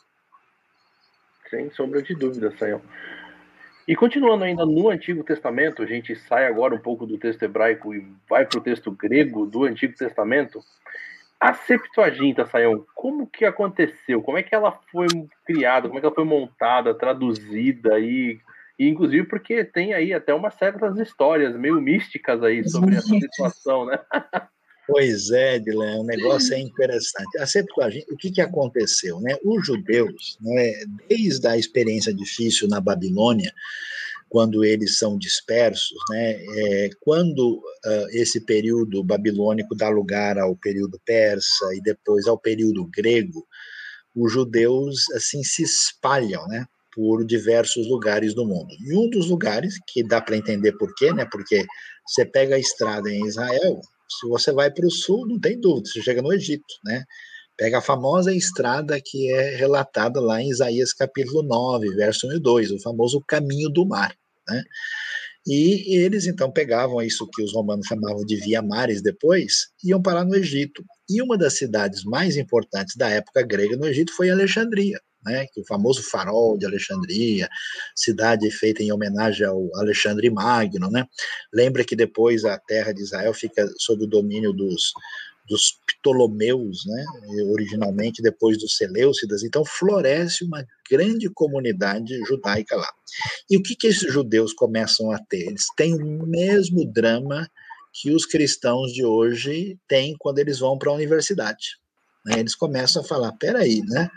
Sem sombra de dúvida, Sayão. E continuando ainda no Antigo Testamento, a gente sai agora um pouco do texto hebraico e vai para o texto grego do Antigo Testamento. A Septuaginta, Sayão, como que aconteceu? Como é que ela foi criada? Como é que ela foi montada, traduzida? E inclusive porque tem aí até umas certas histórias meio místicas aí sobre essa situação, né? Pois é, Dylan, o negócio é interessante. A Septuaginta, o que aconteceu? Né? Os judeus, né, desde a experiência difícil na Babilônia, quando eles são dispersos, né, quando esse período babilônico dá lugar ao período persa e depois ao período grego, os judeus assim se espalham, né, por diversos lugares do mundo. E um dos lugares que dá para entender por quê, né, porque você pega a estrada em Israel, se você vai para o sul, não tem dúvida, você chega no Egito, né? Pega a famosa estrada que é relatada lá em Isaías capítulo 9, verso 1 e 2, o famoso caminho do mar, né? E eles então pegavam isso que os romanos chamavam de via mares depois, e iam parar no Egito. E uma das cidades mais importantes da época grega no Egito foi Alexandria, né, que o famoso farol de Alexandria, cidade feita em homenagem ao Alexandre Magno, né? Lembra que depois a terra de Israel fica sob o domínio dos Ptolomeus, né, originalmente depois dos Seleucidas, então floresce uma grande comunidade judaica lá. E o que esses judeus começam a ter? Eles têm o mesmo drama que os cristãos de hoje têm quando eles vão para a universidade. Né? Eles começam a falar, peraí, né?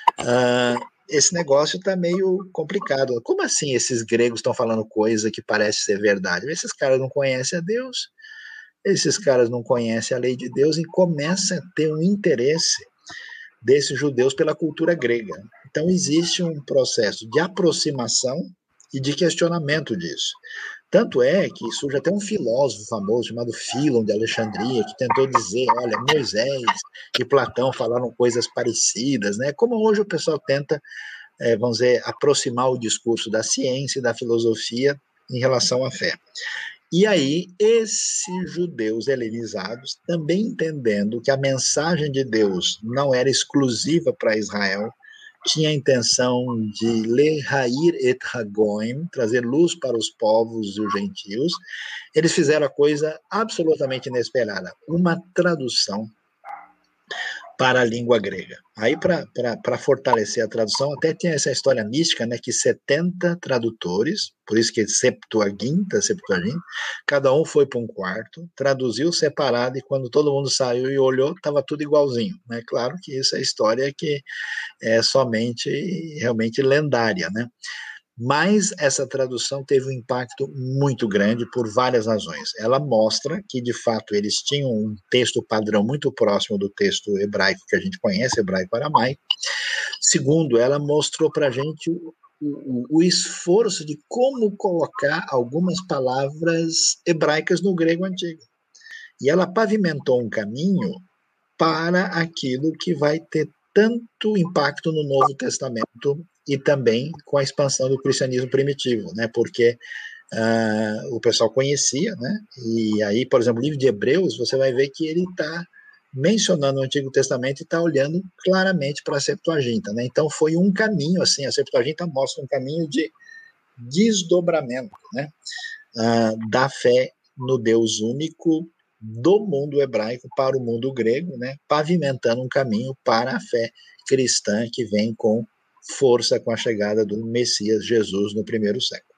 Esse negócio está meio complicado. Como assim esses gregos estão falando coisa que parece ser verdade? Esses caras não conhecem a Deus, esses caras não conhecem a lei de Deus e começa a ter um interesse desses judeus pela cultura grega. Então existe um processo de aproximação e de questionamento disso. Tanto é que surge até um filósofo famoso chamado Fílon de Alexandria, que tentou dizer, olha, Moisés e Platão falaram coisas parecidas, né? Como hoje o pessoal tenta, vamos dizer, aproximar o discurso da ciência e da filosofia em relação à fé. E aí, esses judeus helenizados, também entendendo que a mensagem de Deus não era exclusiva para Israel, tinha a intenção de lehair et hagoim, trazer luz para os povos e os gentios, eles fizeram a coisa absolutamente inesperada, uma tradução para a língua grega. Aí, para fortalecer a tradução, até tinha essa história mística, né, que 70 tradutores, por isso que Septuaginta, cada um foi para um quarto, traduziu separado, e quando todo mundo saiu e olhou, estava tudo igualzinho. Né? Claro que isso é história que é somente realmente lendária, né? Mas essa tradução teve um impacto muito grande por várias razões. Ela mostra que, de fato, eles tinham um texto padrão muito próximo do texto hebraico que a gente conhece, hebraico-aramaico. Segundo, ela mostrou para a gente o esforço de como colocar algumas palavras hebraicas no grego antigo. E ela pavimentou um caminho para aquilo que vai ter tanto impacto no Novo Testamento e também com a expansão do cristianismo primitivo, né? Porque o pessoal conhecia, né? E aí, por exemplo, o livro de Hebreus, você vai ver que ele está mencionando o Antigo Testamento e está olhando claramente para a Septuaginta, né? Então foi um caminho, assim, a Septuaginta mostra um caminho de desdobramento, né? Da fé no Deus único do mundo hebraico para o mundo grego, né? Pavimentando um caminho para a fé cristã que vem com força com a chegada do Messias Jesus no primeiro século.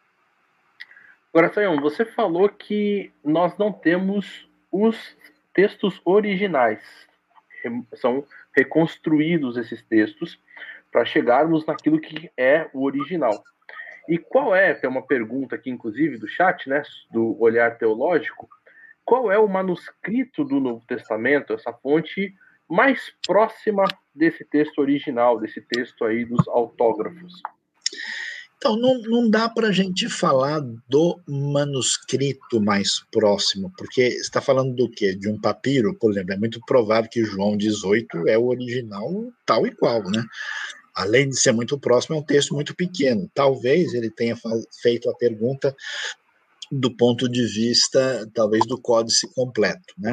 Agora, Sayão, você falou que nós não temos os textos originais. São reconstruídos esses textos para chegarmos naquilo que é o original. E qual é, tem uma pergunta aqui, inclusive, do chat, né, do Olhar Teológico, qual é o manuscrito do Novo Testamento, essa fonte mais próxima desse texto original, desse texto aí dos autógrafos? Então, não dá para a gente falar do manuscrito mais próximo, porque você está falando do quê? De um papiro, por exemplo. É muito provável que João 18 é o original tal e qual, né? Além de ser muito próximo, é um texto muito pequeno. Talvez ele tenha feito a pergunta do ponto de vista, talvez, do códice completo, né?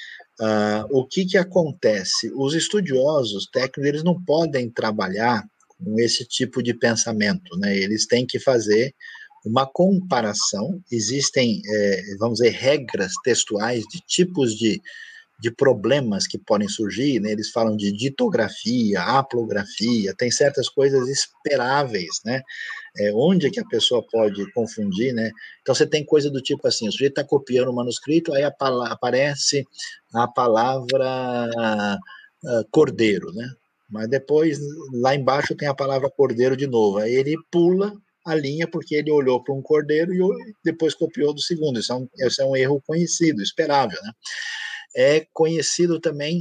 O que acontece? Os estudiosos técnicos, eles não podem trabalhar com esse tipo de pensamento, né? Eles têm que fazer uma comparação. Existem, vamos dizer, regras textuais de tipos de problemas que podem surgir, né? Eles falam de ditografia, haplografia, tem certas coisas esperáveis, né? Onde é que a pessoa pode confundir, né? Então você tem coisa do tipo assim, o sujeito está copiando o manuscrito, aí aparece a palavra cordeiro, né? Mas depois, lá embaixo, tem a palavra cordeiro de novo. Aí ele pula a linha porque ele olhou para um cordeiro e depois copiou do segundo. Isso é um erro conhecido, esperável, né? É conhecido também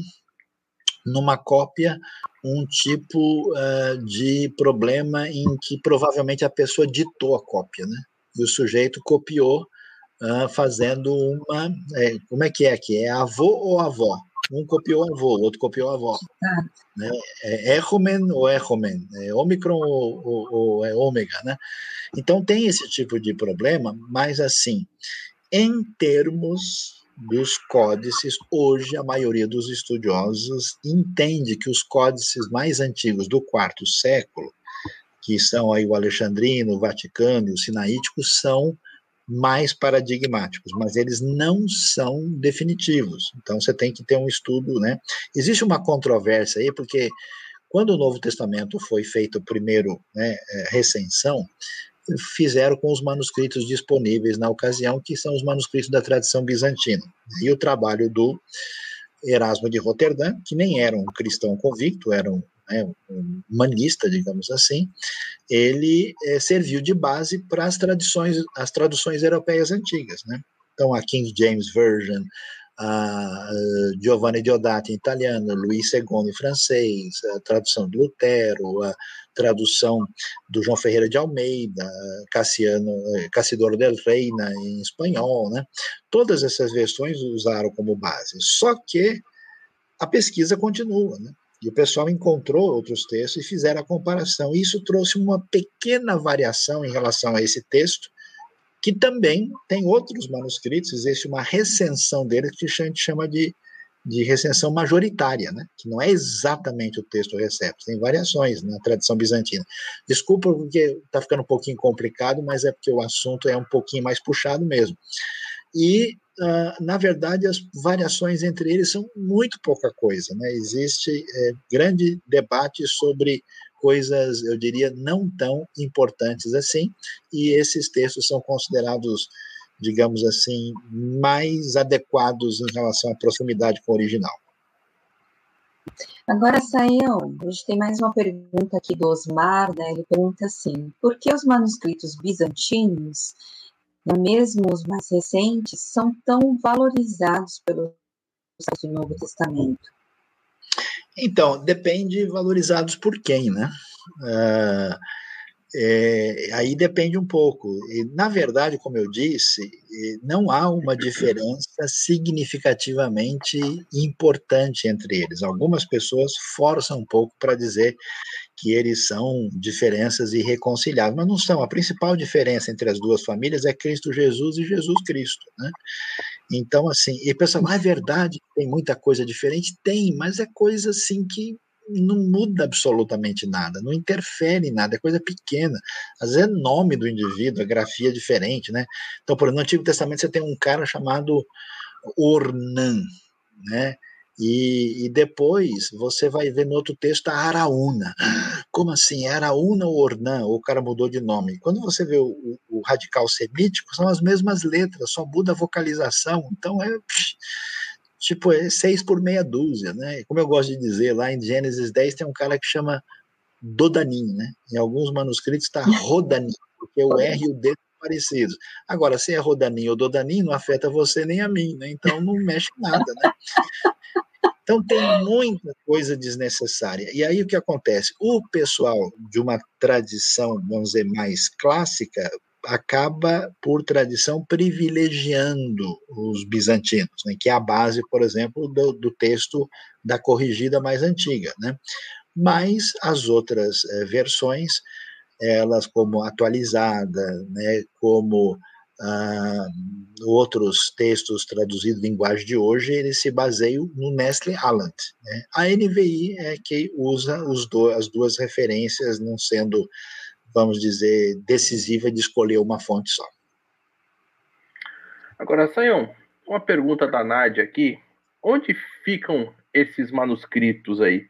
numa cópia um tipo de problema em que provavelmente a pessoa ditou a cópia, né? E o sujeito copiou fazendo uma... como é que é aqui? É avô ou avó? Um copiou avô, o outro copiou avó. Né? É Echomen ou Echomen? É Omicron ou é ômega, né? Então tem esse tipo de problema, mas assim, em termos dos códices, hoje a maioria dos estudiosos entende que os códices mais antigos do quarto século, que são aí o alexandrino, o vaticano e o sinaítico, são mais paradigmáticos, mas eles não são definitivos. Então você tem que ter um estudo, né? Existe uma controvérsia aí, porque quando o Novo Testamento foi feito primeiro, né, recensão, fizeram com os manuscritos disponíveis na ocasião, que são os manuscritos da tradição bizantina. E o trabalho do Erasmo de Roterdã, que nem era um cristão convicto, era um humanista, digamos assim, ele serviu de base para as traduções europeias antigas, né? Então, a King James Version, a Giovanni Diodati em italiano, Luís II em francês, a tradução de Lutero, a tradução do João Ferreira de Almeida, Cassidoro del Reina em espanhol, né? Todas essas versões usaram como base. Só que a pesquisa continua, né? E o pessoal encontrou outros textos e fizeram a comparação. E isso trouxe uma pequena variação em relação a esse texto, que também tem outros manuscritos, existe uma recensão dele que a gente chama de recensão majoritária, né? Que não é exatamente o texto receptus, tem variações na tradição bizantina. Desculpa porque está ficando um pouquinho complicado, mas é porque o assunto é um pouquinho mais puxado mesmo. E, na verdade, as variações entre eles são muito pouca coisa, né? Existe grande debate sobre coisas, eu diria, não tão importantes assim, e esses textos são considerados, digamos assim, mais adequados em relação à proximidade com o original. Agora, Sayão, a gente tem mais uma pergunta aqui do Osmar, né? Ele pergunta assim, por que os manuscritos bizantinos, mesmo os mais recentes, são tão valorizados pelos do Novo Testamento? Então, depende valorizados por quem, né? Aí depende um pouco. E, na verdade, como eu disse, não há uma diferença significativamente importante entre eles. Algumas pessoas forçam um pouco para dizer que eles são diferenças irreconciliáveis, mas não são. A principal diferença entre as duas famílias é Cristo Jesus e Jesus Cristo, né? Então, assim, e o pessoal, é verdade, tem muita coisa diferente? Tem, mas é coisa assim que não muda absolutamente nada, não interfere em nada, é coisa pequena. Às vezes é nome do indivíduo, a grafia é diferente, né? Então, por exemplo, no Antigo Testamento você tem um cara chamado Ornan, né? E depois você vai ver no outro texto a Araúna. Como assim? É Araúna ou Ornan? Ou o cara mudou de nome? Quando você vê o radical semítico, são as mesmas letras, só muda a vocalização. Então tipo, é 6 por meia dúzia, né? Como eu gosto de dizer, lá em Gênesis 10 tem um cara que chama Dodanim, né? Em alguns manuscritos está Rodanim, porque o R e o D são parecidos. Agora, se é Rodanim ou Dodanim, não afeta você nem a mim, né? Então não mexe nada, né? Então tem muita coisa desnecessária. E aí o que acontece? O pessoal de uma tradição, vamos dizer, mais clássica, acaba, por tradição, privilegiando os bizantinos, né, que é a base, por exemplo, do texto da corrigida mais antiga, né? Mas as outras versões, elas como atualizada, né, como outros textos traduzidos em linguagem de hoje, eles se baseiam no Nestle Aland, né? A NVI é que usa as duas referências, não sendo, vamos dizer, decisiva de escolher uma fonte só. Agora, Sayão, uma pergunta da Nádia aqui. Onde ficam esses manuscritos aí?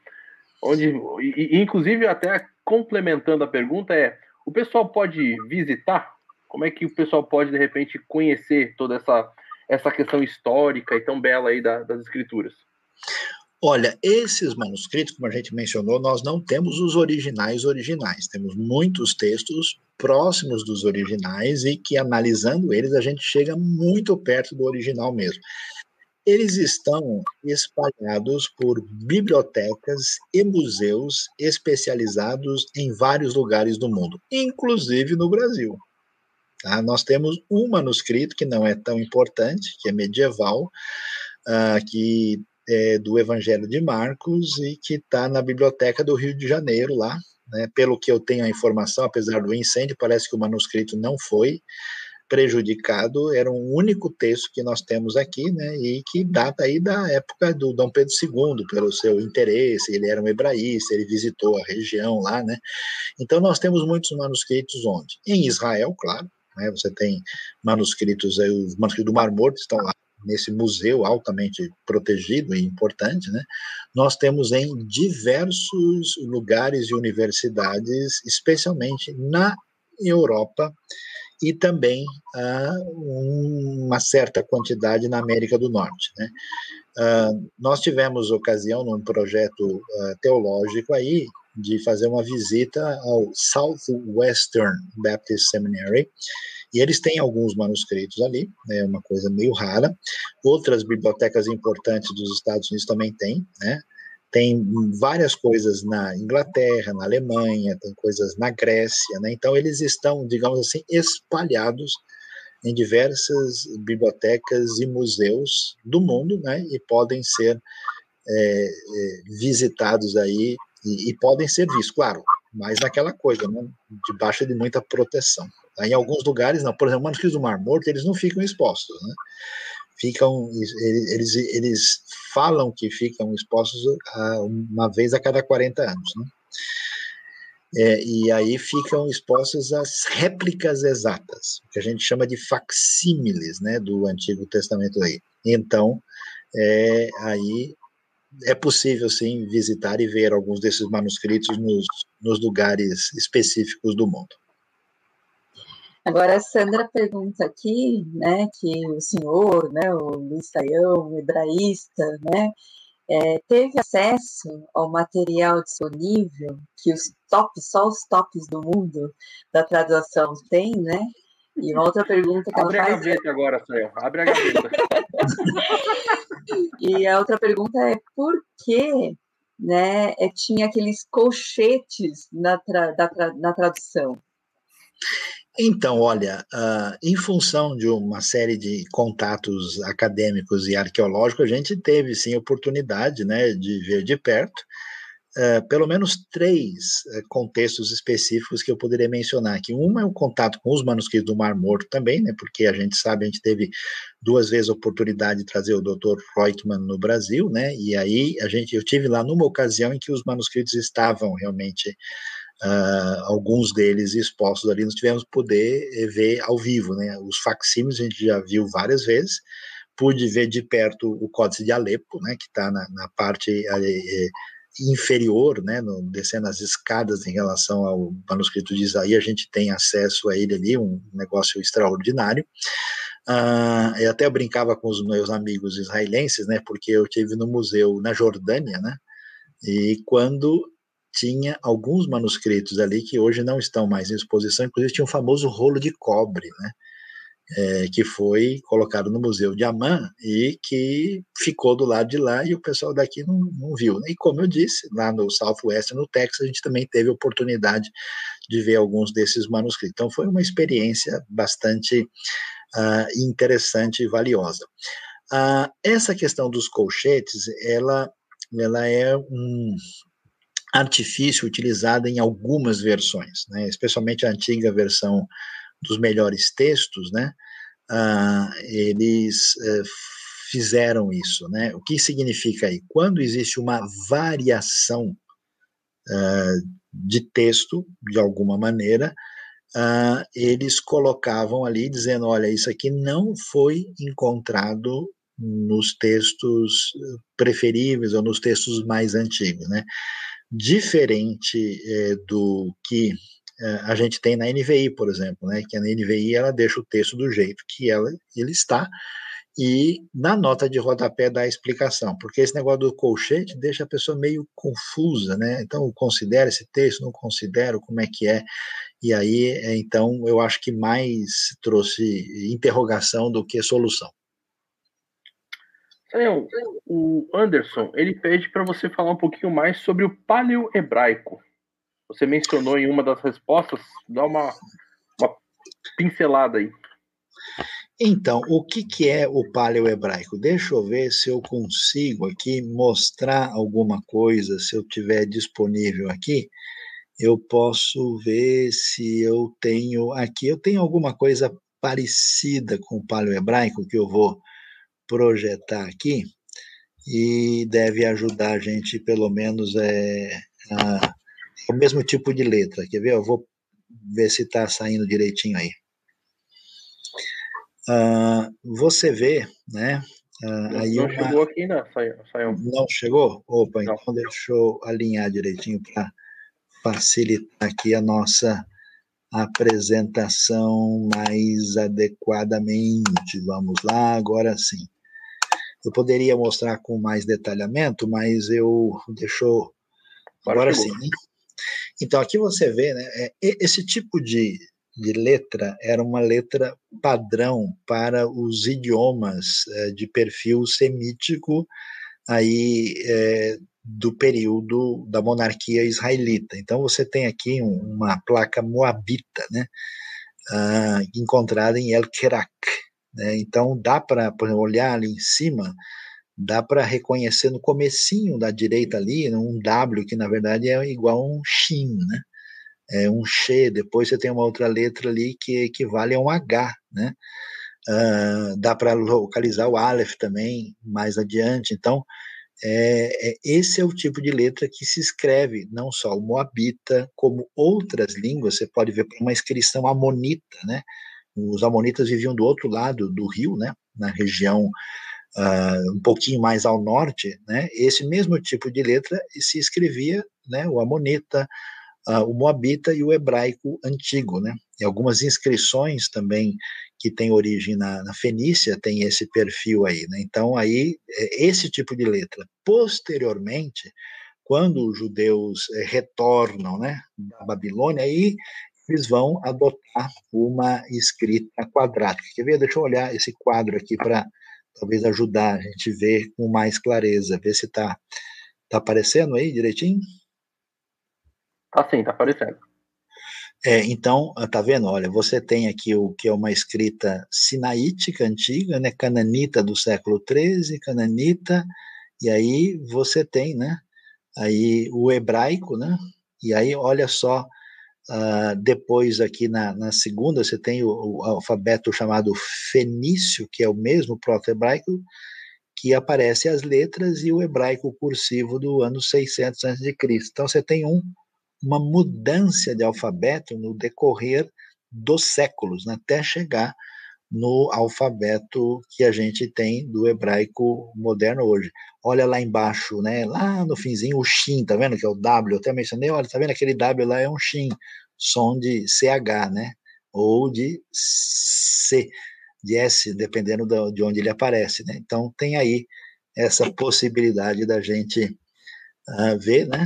Inclusive, até complementando a pergunta, o pessoal pode visitar? Como é que o pessoal pode, de repente, conhecer toda essa questão histórica e tão bela aí das escrituras? Olha, esses manuscritos, como a gente mencionou, nós não temos os originais. Temos muitos textos próximos dos originais e que, analisando eles, a gente chega muito perto do original mesmo. Eles estão espalhados por bibliotecas e museus especializados em vários lugares do mundo, inclusive no Brasil. Tá? Nós temos um manuscrito que não é tão importante, que é medieval, que é do Evangelho de Marcos e que está na Biblioteca do Rio de Janeiro, lá. Né? Pelo que eu tenho a informação, apesar do incêndio, parece que o manuscrito não foi prejudicado, era um único texto que nós temos aqui, né, e que data aí da época do Dom Pedro II, pelo seu interesse, ele era um hebraísta, ele visitou a região lá, né, então nós temos muitos manuscritos onde? Em Israel, claro, né, você tem manuscritos, aí, os manuscritos do Mar Morto estão lá, nesse museu altamente protegido e importante, né, nós temos em diversos lugares e universidades, especialmente na Europa, e também uma certa quantidade na América do Norte, né? Nós tivemos ocasião, num projeto teológico aí, de fazer uma visita ao Southwestern Baptist Seminary, e eles têm alguns manuscritos ali, é uma coisa meio rara. Outras bibliotecas importantes dos Estados Unidos também têm, né? Tem várias coisas na Inglaterra, na Alemanha, tem coisas na Grécia, né? Então eles estão, digamos assim, espalhados em diversas bibliotecas e museus do mundo, né? E podem ser visitados aí e podem ser vistos. Claro, mas naquela coisa, né, debaixo de muita proteção. Em alguns lugares, não. Por exemplo, manuscritos do Mar Morto, eles não ficam expostos, né? Eles falam que ficam expostos uma vez a cada 40 anos, né? E aí ficam expostos as réplicas exatas, que a gente chama de facsímiles, né, do Antigo Testamento aí. Então, aí é possível, sim, visitar e ver alguns desses manuscritos nos lugares específicos do mundo. Agora, a Sandra pergunta aqui, né, que o senhor, né, o Luiz Saião, hebraísta, né, teve acesso ao material disponível que só os tops do mundo da tradução têm, né? E uma outra pergunta que abre ela faz... Abre a gaveta agora, Saião, abre a gaveta. E a outra pergunta é por que, né, tinha aqueles colchetes na tradução? Então, olha, em função de uma série de contatos acadêmicos e arqueológicos, a gente teve, sim, oportunidade, né, de ver de perto pelo menos 3 contextos específicos que eu poderia mencionar aqui. Uma é o contato com os manuscritos do Mar Morto também, né, porque a gente sabe, a gente teve 2 vezes a oportunidade de trazer o Dr. Reutemann no Brasil, né, e aí eu tive lá numa ocasião em que os manuscritos estavam realmente... alguns deles expostos ali, nós tivemos poder ver ao vivo, né? Os facsímiles a gente já viu várias vezes, pude ver de perto o Códice de Alepo, né? Que está na parte inferior, né? Descendo as escadas em relação ao manuscrito de Isaías, a gente tem acesso a ele ali, um negócio extraordinário. Eu até brincava com os meus amigos israelenses, né? Porque eu estive no museu na Jordânia, né? E quando tinha alguns manuscritos ali que hoje não estão mais em exposição, inclusive tinha um famoso rolo de cobre, né, que foi colocado no Museu de Amman e que ficou do lado de lá e o pessoal daqui não viu. E como eu disse, lá no Southwest, no Texas, a gente também teve a oportunidade de ver alguns desses manuscritos. Então foi uma experiência bastante interessante e valiosa. Essa questão dos colchetes, ela é um artifício utilizado em algumas versões, né, especialmente a antiga versão dos melhores textos, né, eles fizeram isso, né. O que significa aí? Quando existe uma variação de texto, de alguma maneira, eles colocavam ali dizendo, olha, isso aqui não foi encontrado nos textos preferíveis ou nos textos mais antigos, né? Diferente do que a gente tem na NVI, por exemplo, né? Que a NVI ela deixa o texto do jeito que ele está e na nota de rodapé dá a explicação, porque esse negócio do colchete deixa a pessoa meio confusa, né? Então, considera esse texto, não considero, como é que é? E aí, então, eu acho que mais trouxe interrogação do que solução. O Anderson, ele pede para você falar um pouquinho mais sobre o paleo-hebraico. Você mencionou em uma das respostas, dá uma pincelada aí. Então, o que é o paleo-hebraico? Deixa eu ver se eu consigo aqui mostrar alguma coisa, se eu tiver disponível aqui, eu posso ver se eu tenho aqui, eu tenho alguma coisa parecida com o paleo-hebraico que eu vou projetar aqui e deve ajudar a gente, pelo menos, o mesmo tipo de letra. Quer ver? Eu vou ver se está saindo direitinho aí. Você vê, né? Aí não chegou aqui, né, Saião? Não chegou? Opa, não. Então deixa eu alinhar direitinho para facilitar aqui a nossa apresentação mais adequadamente. Vamos lá, agora sim. Eu poderia mostrar com mais detalhamento, mas deixou. Agora sim. Então, aqui você vê, né? Esse tipo de letra era uma letra padrão para os idiomas de perfil semítico aí do período da monarquia israelita. Então você tem aqui uma placa moabita, né, encontrada em El Kerak, né? Então dá para, por exemplo, olhar ali em cima, dá para reconhecer no comecinho da direita ali um W que na verdade é igual a um Shin, né? um X, depois você tem uma outra letra ali que equivale a um H, né? Dá para localizar o Aleph também mais adiante. Então, esse é o tipo de letra que se escreve, não só o moabita, como outras línguas. Você pode ver uma inscrição amonita, né? Os amonitas viviam do outro lado do rio, né? Na região um pouquinho mais ao norte, né? Esse mesmo tipo de letra se escrevia, né? O amonita, o moabita e o hebraico antigo, né? E algumas inscrições também que têm origem na Fenícia tem esse perfil aí, né? Então aí esse tipo de letra. Posteriormente, quando os judeus retornam, né, da Babilônia, aí eles vão adotar uma escrita quadrática. Quer ver? Deixa eu olhar esse quadro aqui para talvez ajudar a gente ver com mais clareza, ver se tá aparecendo aí direitinho. Tá sim, tá aparecendo. Então, tá vendo? Olha, você tem aqui o que é uma escrita sinaítica antiga, né? Cananita do século XIII, cananita, e aí você tem, né? Aí o hebraico, né? E aí, olha só, depois aqui na segunda você tem o alfabeto chamado fenício, que é o mesmo proto-hebraico, que aparece as letras e o hebraico cursivo do ano 600 a.C. Então você tem uma mudança de alfabeto no decorrer dos séculos, né, até chegar no alfabeto que a gente tem do hebraico moderno hoje. Olha lá embaixo, né, lá no finzinho, o shin, tá vendo que é o W? Eu até mencionei, olha, tá vendo aquele W lá é um shin, som de CH, né, ou de C, de S, dependendo de onde ele aparece, né. Então tem aí essa possibilidade da gente ver, né,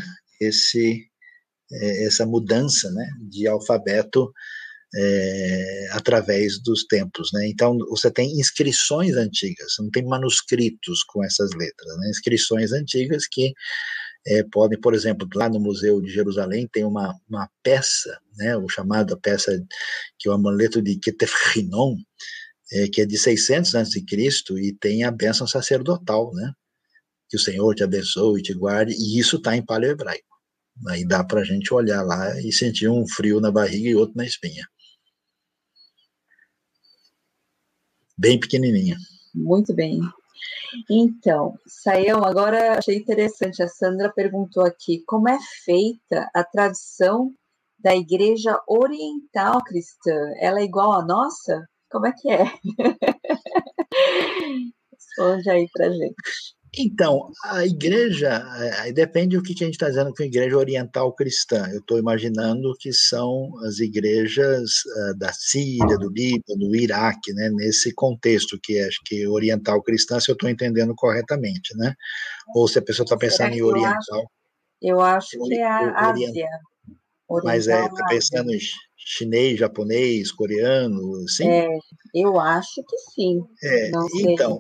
essa mudança, né, de alfabeto através dos tempos, né? Então você tem inscrições antigas, não tem manuscritos com essas letras, né? Inscrições antigas que podem, por exemplo, lá no Museu de Jerusalém tem uma peça, né? O chamado peça que é o amuleto de Ketefrinon, que é de 600 a.C. e tem a bênção sacerdotal, né? Que o Senhor te abençoe e te guarde, e isso está em paleo-hebraico. Aí dá para a gente olhar lá e sentir um frio na barriga e outro na espinha. Bem pequenininha. Muito bem. Então, Sayão, agora achei interessante, a Sandra perguntou aqui, como é feita a tradução da Igreja Oriental Cristã? Ela é igual à nossa? Como é que é? Responde aí pra gente. Então, a igreja, aí depende do que a gente está dizendo com igreja oriental cristã. Eu estou imaginando que são as igrejas da Síria, do Líbano, do Iraque, né, nesse contexto que acho que oriental cristã, se eu estou entendendo corretamente, né? Ou se a pessoa está pensando em oriental. Eu acho que é a Ásia. Mas está pensando em chinês, japonês, coreano, sim? Eu acho que sim. Não sei. Então,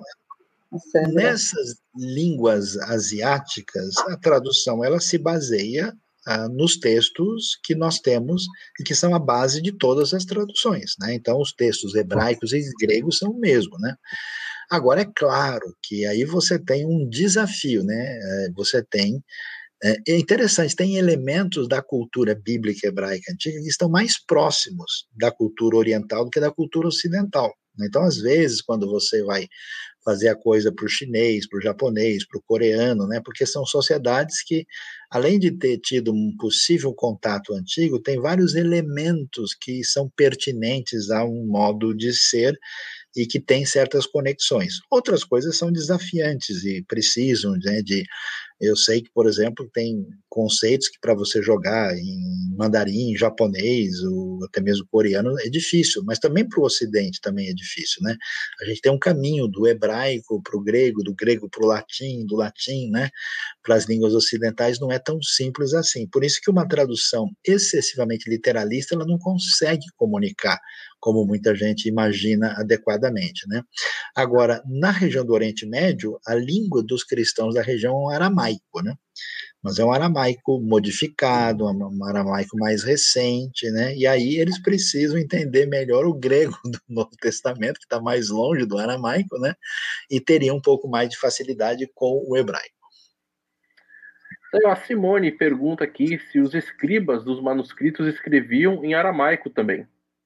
nessas línguas asiáticas, a tradução ela se baseia nos textos que nós temos e que são a base de todas as traduções, né? Então, os textos hebraicos e gregos são o mesmo, né? Agora, é claro que aí você tem um desafio, né? Você tem é interessante, tem elementos da cultura bíblica hebraica antiga que estão mais próximos da cultura oriental do que da cultura ocidental. Então, às vezes, quando você vai fazer a coisa para o chinês, para o japonês, para o coreano, né? Porque são sociedades que, além de ter tido um possível contato antigo, tem vários elementos que são pertinentes a um modo de ser e que tem certas conexões. Outras coisas são desafiantes e precisam, né, eu sei que, por exemplo, tem conceitos que para você jogar em mandarim, japonês ou até mesmo coreano é difícil, mas também para o Ocidente também é difícil, né? A gente tem um caminho do hebraico para o grego, do grego para o latim, do latim, né? Para as línguas ocidentais não é tão simples assim. Por isso que uma tradução excessivamente literalista ela não consegue comunicar como muita gente imagina adequadamente, né? Agora, na região do Oriente Médio, a língua dos cristãos da região é um aramaico, né? Mas é um aramaico modificado, um aramaico mais recente, né? E aí eles precisam entender melhor o grego do Novo Testamento, que está mais longe do aramaico, né? E teriam um pouco mais de facilidade com o hebraico. Então, a Simone pergunta aqui se os escribas dos manuscritos escreviam em aramaico também.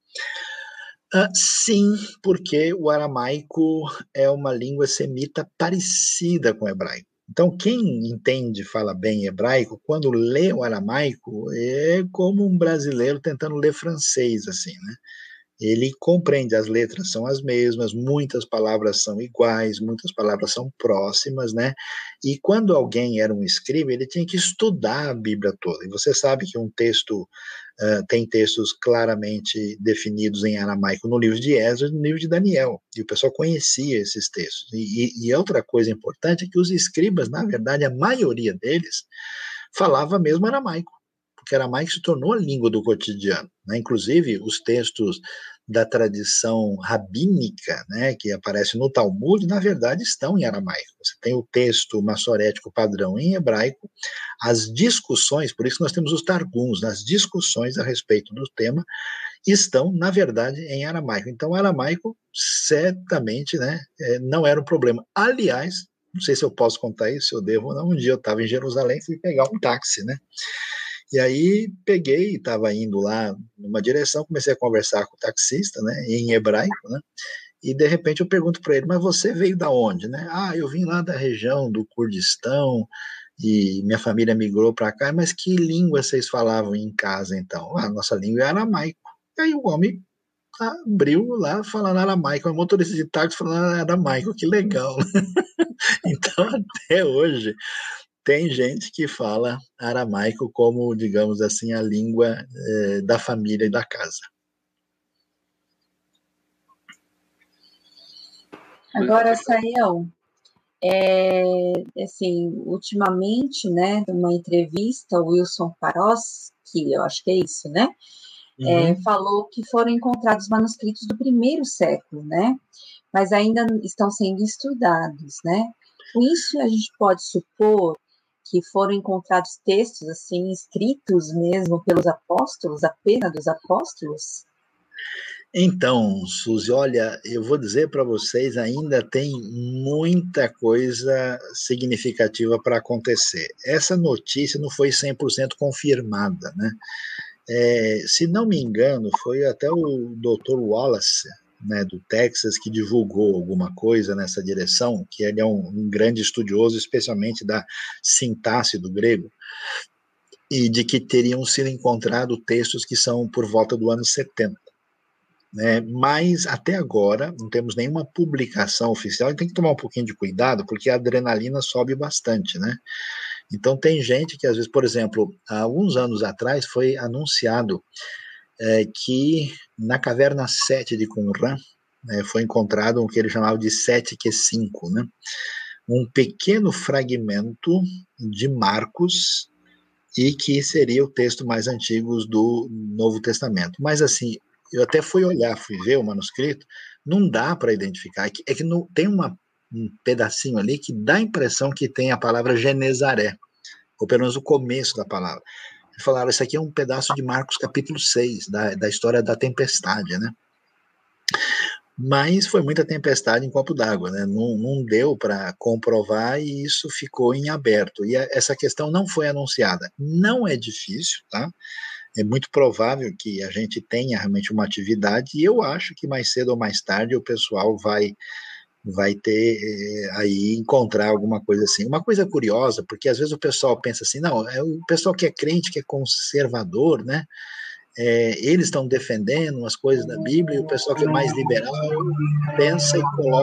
Sim, porque o aramaico é uma língua semita parecida com o hebraico. Então, quem entende, fala bem hebraico, quando lê o aramaico, é como um brasileiro tentando ler francês, assim, né? Ele compreende, as letras são as mesmas, muitas palavras são iguais, muitas palavras são próximas, né? E quando alguém era um escriba, ele tinha que estudar a Bíblia toda. E você sabe que um texto tem textos claramente definidos em aramaico no livro de Esdras e no livro de Daniel. E o pessoal conhecia esses textos. E outra coisa importante é que os escribas, na verdade, a maioria deles falava mesmo aramaico, porque aramaico se tornou a língua do cotidiano, né? Inclusive, os textos da tradição rabínica, né, que aparece no Talmud, na verdade estão em aramaico. Você tem o texto massorético padrão em hebraico, as discussões, por isso nós temos os targums, as discussões a respeito do tema estão, na verdade, em aramaico. Então, o aramaico, certamente, né, não era um problema. Aliás, não sei se eu posso contar isso, se eu devo ou não, um dia eu estava em Jerusalém e fui pegar um táxi, né? E aí peguei, estava indo lá numa direção, comecei a conversar com o taxista, né, em hebraico, né, e de repente eu pergunto para ele, mas você veio da onde, né? Ah, eu vim lá da região do Kurdistão e minha família migrou para cá, mas que língua vocês falavam em casa então? Ah, nossa língua é aramaico. E aí o homem abriu lá falando aramaico, o motorista de táxi falando aramaico, que legal. Então até hoje tem gente que fala aramaico como, digamos assim, a língua da família e da casa. Agora, Saião, assim, ultimamente, né, numa entrevista, o Wilson Paros, que eu acho que é isso, né, falou que foram encontrados manuscritos do primeiro século, né, mas ainda estão sendo estudados, né. Com isso, a gente pode supor que foram encontrados textos, assim, escritos mesmo pelos apóstolos, apenas dos apóstolos? Então, Suzy, olha, eu vou dizer para vocês, ainda tem muita coisa significativa para acontecer. Essa notícia não foi 100% confirmada, né? Se não me engano, foi até o Dr. Wallace, né, do Texas, que divulgou alguma coisa nessa direção, que ele é um grande estudioso, especialmente da sintaxe do grego, e de que teriam sido encontrados textos que são por volta do ano 70. Né? Mas até agora não temos nenhuma publicação oficial e tem que tomar um pouquinho de cuidado porque a adrenalina sobe bastante, né? Então tem gente que às vezes, por exemplo, há alguns anos atrás foi anunciado que na caverna 7 de Qumran foi encontrado o que ele chamava de 7Q5, né? Um pequeno fragmento de Marcos e que seria o texto mais antigo do Novo Testamento. Mas assim, eu até fui olhar, fui ver o manuscrito, não dá para identificar. É que não, tem um pedacinho ali que dá a impressão que tem a palavra Genezaré, ou pelo menos o começo da palavra. Falaram, isso aqui é um pedaço de Marcos capítulo 6, da história da tempestade, né? Mas foi muita tempestade em copo d'água, né? Não deu para comprovar e isso ficou em aberto. E essa questão não foi anunciada. Não é difícil, tá? É muito provável que a gente tenha realmente uma atividade e eu acho que mais cedo ou mais tarde o pessoal vai ter aí encontrar alguma coisa assim. Uma coisa curiosa, porque às vezes o pessoal pensa assim, não, é o pessoal que é crente, que é conservador, né? Eles estão defendendo as coisas da Bíblia e o pessoal que é mais liberal pensa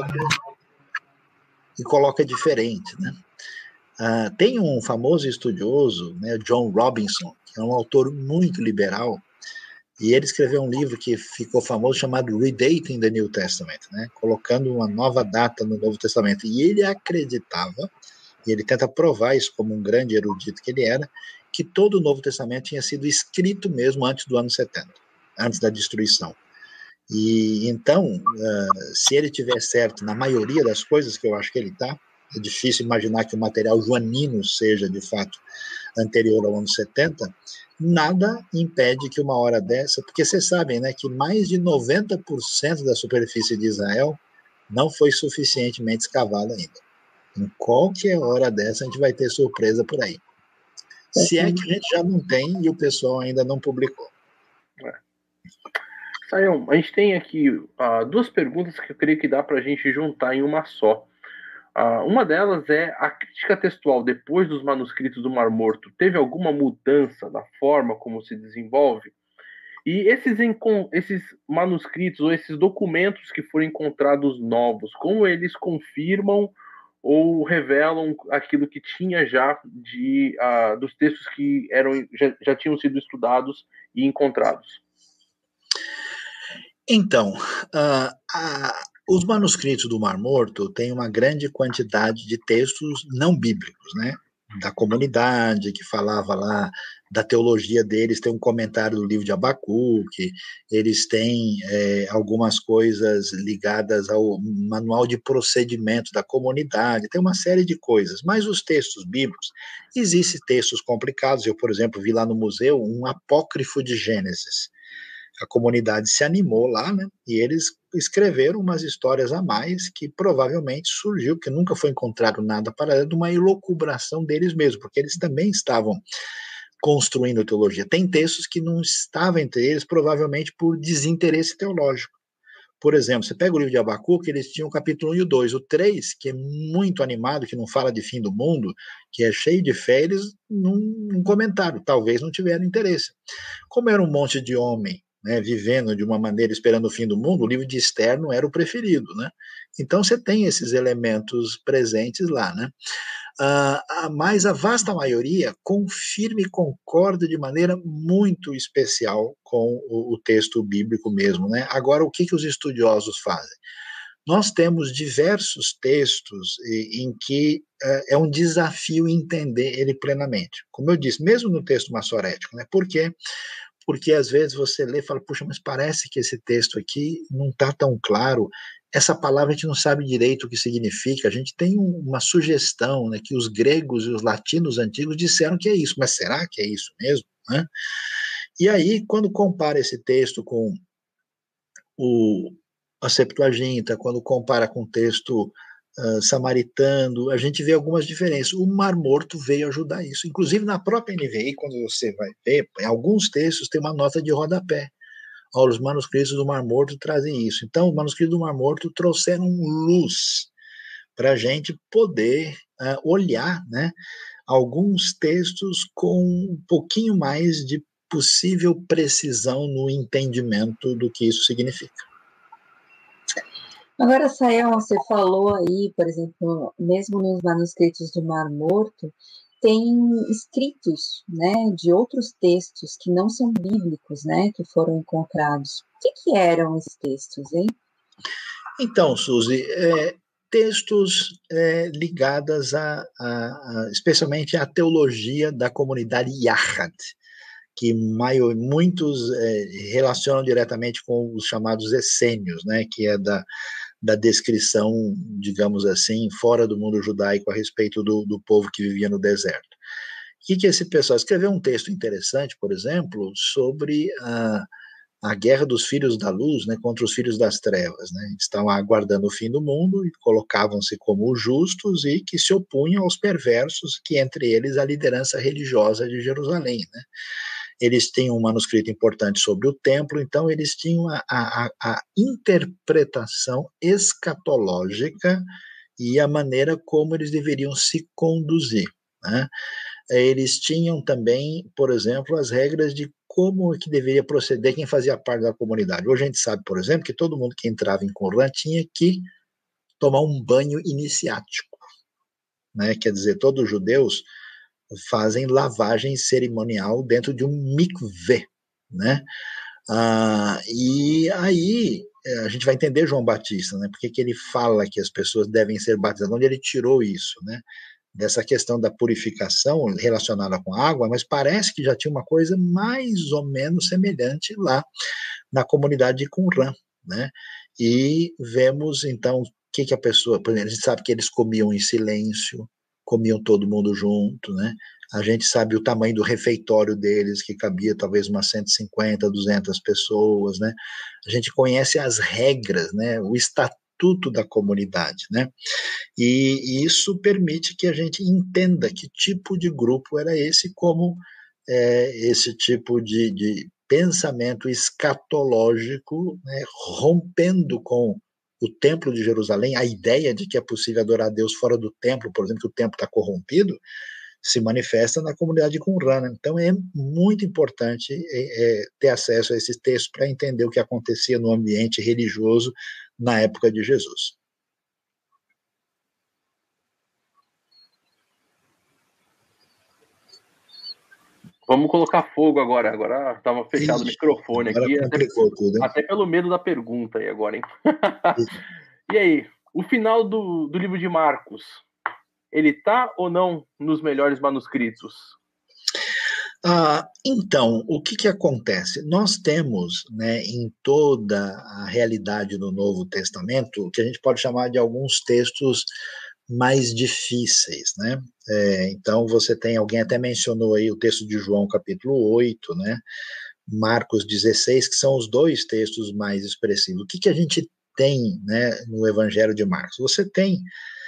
e coloca diferente, né? Tem um famoso estudioso, né, John Robinson, que é um autor muito liberal, e ele escreveu um livro que ficou famoso chamado Redating the New Testament, né, colocando uma nova data no Novo Testamento. E ele acreditava, e ele tenta provar isso como um grande erudito que ele era, que todo o Novo Testamento tinha sido escrito mesmo antes do ano 70, antes da destruição. E então, se ele tiver certo na maioria das coisas que eu acho que ele está, é difícil imaginar que o material joanino seja, de fato, anterior ao ano 70, nada impede que uma hora dessa, porque vocês sabem, né, que mais de 90% da superfície de Israel não foi suficientemente escavada ainda. Em qualquer hora dessa a gente vai ter surpresa por aí. Se é que a gente já não tem e o pessoal ainda não publicou. Sayão, a gente tem aqui duas perguntas que eu creio que dá para a gente juntar em uma só. Uma delas é: a crítica textual depois dos manuscritos do Mar Morto teve alguma mudança da forma como se desenvolve? E esses manuscritos ou esses documentos que foram encontrados novos, como eles confirmam ou revelam aquilo que tinha já dos textos que já tinham sido estudados e encontrados? Então, os manuscritos do Mar Morto têm uma grande quantidade de textos não bíblicos, né? Da comunidade, que falava lá da teologia deles, tem um comentário do livro de Abacuque, eles têm algumas coisas ligadas ao manual de procedimento da comunidade, tem uma série de coisas, mas os textos bíblicos, existem textos complicados, eu, por exemplo, vi lá no museu um apócrifo de Gênesis. A comunidade se animou lá, né? E eles escreveram umas histórias a mais que provavelmente surgiu, que nunca foi encontrado nada paralelo, de uma elucubração deles mesmos, porque eles também estavam construindo teologia. Tem textos que não estavam entre eles, provavelmente por desinteresse teológico. Por exemplo, você pega o livro de Abacuque, eles tinham o capítulo 1 e o 2. O 3, que é muito animado, que não fala de fim do mundo, que é cheio de fé, eles não comentaram, talvez não tiveram interesse. Como era um monte de homem, né, vivendo de uma maneira esperando o fim do mundo, o livro de Esther não era o preferido, né? Então você tem esses elementos presentes lá, né? Mas a vasta maioria confirma e concorda de maneira muito especial com o texto bíblico mesmo, né? Agora, o que os estudiosos fazem? Nós temos diversos textos em que é um desafio entender ele plenamente. Como eu disse, mesmo no texto maçorético, né? Por quê? Porque às vezes você lê e fala, puxa, mas parece que esse texto aqui não está tão claro, essa palavra a gente não sabe direito o que significa, a gente tem uma sugestão, né, que os gregos e os latinos antigos disseram que é isso, mas será que é isso mesmo? Né? E aí, quando compara esse texto com a Septuaginta, quando compara com o texto samaritano, a gente vê algumas diferenças. O Mar Morto veio ajudar isso. Inclusive, na própria NVI, quando você vai ver, em alguns textos tem uma nota de rodapé. Os manuscritos do Mar Morto trazem isso. Então, os manuscritos do Mar Morto trouxeram luz para a gente poder olhar, né, alguns textos com um pouquinho mais de possível precisão no entendimento do que isso significa. Agora, Sayão, você falou aí, por exemplo, mesmo nos manuscritos do Mar Morto, tem escritos, né, de outros textos que não são bíblicos, né, que foram encontrados. O que eram esses textos, hein? Então, Suzy, textos ligados especialmente à teologia da comunidade Yahad, que muitos relacionam diretamente com os chamados essênios, né, que é da descrição, digamos assim, fora do mundo judaico a respeito do povo que vivia no deserto. O que esse pessoal escreveu? Um texto interessante, por exemplo, sobre a guerra dos filhos da luz, né, contra os filhos das trevas, né? Estavam aguardando o fim do mundo e colocavam-se como justos e que se opunham aos perversos, que entre eles a liderança religiosa de Jerusalém, né? Eles tinham um manuscrito importante sobre o templo, então eles tinham a interpretação escatológica e a maneira como eles deveriam se conduzir, né? Eles tinham também, por exemplo, as regras de como que deveria proceder quem fazia parte da comunidade. Hoje a gente sabe, por exemplo, que todo mundo que entrava em Qumran tinha que tomar um banho iniciático, né? Quer dizer, todos os judeus fazem lavagem cerimonial dentro de um mikveh, né? E aí a gente vai entender João Batista, né? Porque que ele fala que as pessoas devem ser batizadas, onde ele tirou isso, né? Dessa questão da purificação relacionada com a água, mas parece que já tinha uma coisa mais ou menos semelhante lá na comunidade de Qumran, né? E vemos então o que a pessoa, por exemplo, a gente sabe que eles comiam em silêncio, comiam todo mundo junto, né? A gente sabe o tamanho do refeitório deles, que cabia talvez umas 150, 200 pessoas, né? A gente conhece as regras, né? O estatuto estatuto da comunidade, né? E isso permite que a gente entenda que tipo de grupo era esse, como esse tipo de pensamento escatológico, né, rompendo com o Templo de Jerusalém, a ideia de que é possível adorar a Deus fora do templo, por exemplo, que o templo está corrompido, se manifesta na comunidade de Qumran. Então é muito importante ter acesso a esses textos para entender o que acontecia no ambiente religioso na época de Jesus. Vamos colocar fogo agora. Agora estava fechado o microfone agora aqui, complicou tudo, hein? Até pelo medo da pergunta aí agora, hein? E aí, o final do livro de Marcos, ele tá ou não nos melhores manuscritos? Então, o que acontece? Nós temos, né, em toda a realidade do Novo Testamento, o que a gente pode chamar de alguns textos mais difíceis, né? Então, você tem, alguém até mencionou aí o texto de João, capítulo 8, né? Marcos 16, que são os dois textos mais expressivos. O que a gente tem, né, no Evangelho de Marcos? Você tem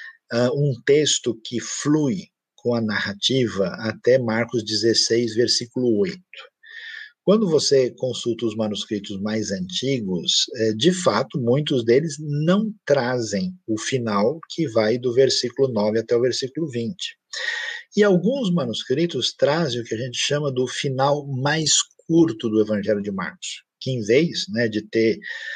um texto que flui com a narrativa até Marcos 16, versículo 8. Quando você consulta os manuscritos mais antigos, de fato, muitos deles não trazem o final que vai do versículo 9 até o versículo 20. E alguns manuscritos trazem o que a gente chama do final mais curto do Evangelho de Marcos, que em vez, né, de ter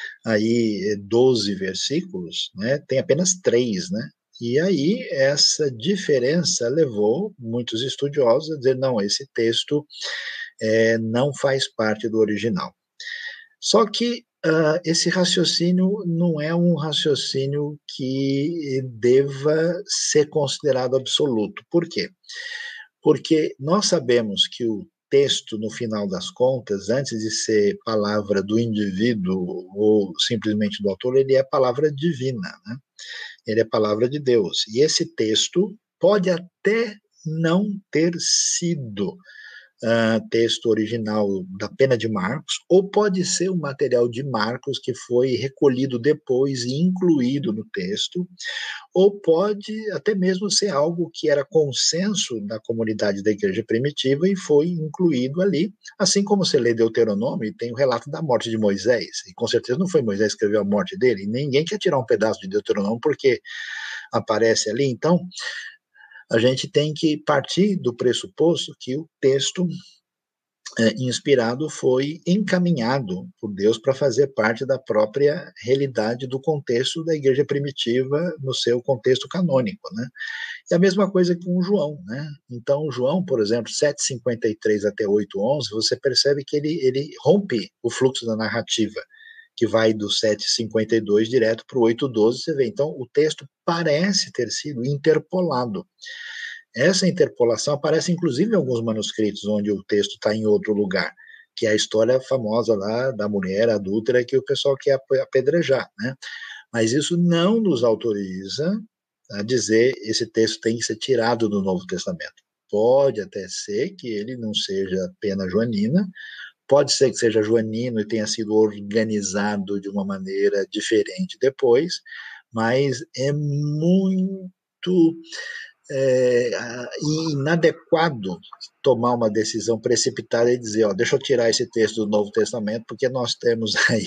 aí 12 versículos, né, tem apenas 3, né? E aí essa diferença levou muitos estudiosos a dizer, não, esse texto não faz parte do original. Só que esse raciocínio não é um raciocínio que deva ser considerado absoluto. Por quê? Porque nós sabemos que o texto, no final das contas, antes de ser palavra do indivíduo ou simplesmente do autor, ele é palavra divina, né? Ele é palavra de Deus. E esse texto pode até não ter sido texto original da pena de Marcos, ou pode ser um material de Marcos que foi recolhido depois e incluído no texto, ou pode até mesmo ser algo que era consenso da comunidade da igreja primitiva e foi incluído ali, assim como você lê Deuteronômio e tem o relato da morte de Moisés, e com certeza não foi Moisés que escreveu a morte dele, e ninguém quer tirar um pedaço de Deuteronômio porque aparece ali. Então a gente tem que partir do pressuposto que o texto inspirado foi encaminhado por Deus para fazer parte da própria realidade do contexto da igreja primitiva no seu contexto canônico, né? E a mesma coisa com João, né? Então, João, por exemplo, 7:53 até 8:11, você percebe que ele rompe o fluxo da narrativa, que vai do 7:52 direto para o 8:12, você vê. Então, o texto parece ter sido interpolado. Essa interpolação aparece inclusive em alguns manuscritos onde o texto está em outro lugar, que é a história famosa lá da mulher adúltera que o pessoal quer apedrejar, né? Mas isso não nos autoriza a dizer esse texto tem que ser tirado do Novo Testamento. Pode até ser que ele não seja pena joanina, pode ser que seja joanino e tenha sido organizado de uma maneira diferente depois, mas é muito inadequado tomar uma decisão precipitada e dizer, deixa eu tirar esse texto do Novo Testamento, porque nós temos aí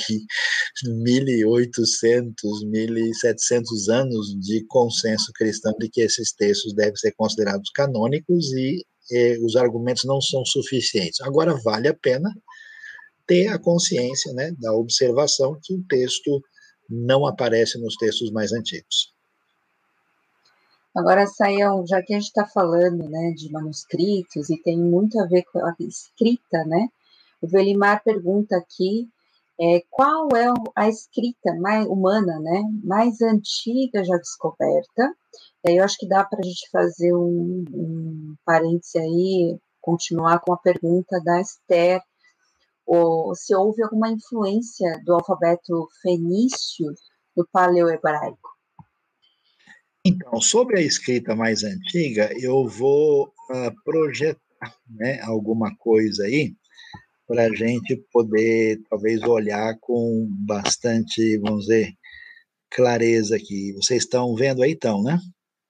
1.800, 1.700 anos de consenso cristão de que esses textos devem ser considerados canônicos e os argumentos não são suficientes. Agora, vale a pena ter a consciência, né, da observação que o texto não aparece nos textos mais antigos. Agora, Sayão, já que a gente está falando, né, de manuscritos e tem muito a ver com a escrita, né? O Velimar pergunta aqui qual é a escrita mais humana, né, mais antiga já descoberta. E aí eu acho que dá para a gente fazer um parêntese aí, continuar com a pergunta da Esther, ou se houve alguma influência do alfabeto fenício do paleo-hebraico. Então, sobre a escrita mais antiga, eu vou projetar, né, alguma coisa aí para a gente poder, talvez, olhar com bastante, vamos dizer, clareza aqui. Vocês estão vendo aí, então, né?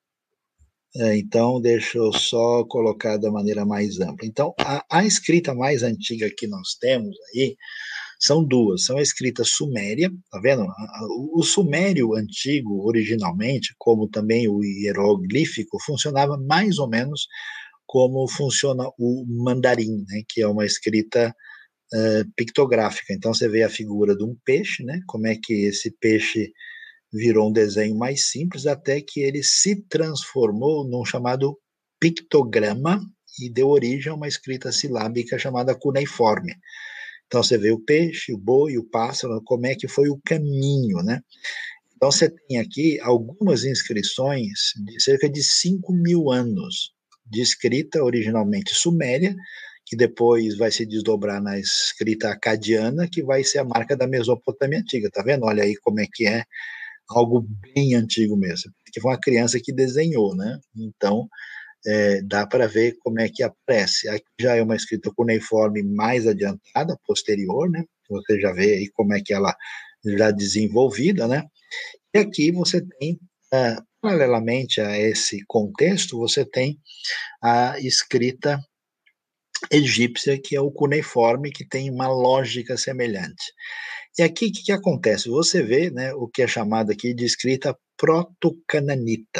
Então, deixa eu só colocar da maneira mais ampla. Então, a escrita mais antiga que nós temos aí são duas. São a escrita suméria, tá vendo? O sumério antigo, originalmente, como também o hieroglífico, funcionava mais ou menos como funciona o mandarim, né? Que é uma escrita pictográfica. Então, você vê a figura de um peixe, né? Como é que esse peixe virou um desenho mais simples, até que ele se transformou num chamado pictograma e deu origem a uma escrita silábica chamada cuneiforme. Então você vê o peixe, o boi, o pássaro, como é que foi o caminho, né? Então você tem aqui algumas inscrições de cerca de 5.000 anos de escrita originalmente suméria, que depois vai se desdobrar na escrita acadiana, que vai ser a marca da Mesopotâmia antiga, tá vendo? Olha aí como é que é algo bem antigo mesmo, que foi uma criança que desenhou, né? Então, dá para ver como é que aparece. Aqui já é uma escrita cuneiforme mais adiantada, posterior, né? Você já vê aí como é que ela já desenvolvida, né? E aqui você tem, paralelamente a esse contexto, você tem a escrita egípcia, que é o cuneiforme, que tem uma lógica semelhante. E aqui o que acontece? Você vê, né, o que é chamado aqui de escrita proto-cananita,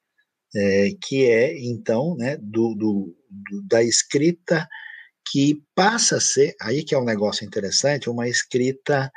que é, então, né, da escrita que passa a ser, aí que é um negócio interessante, uma escrita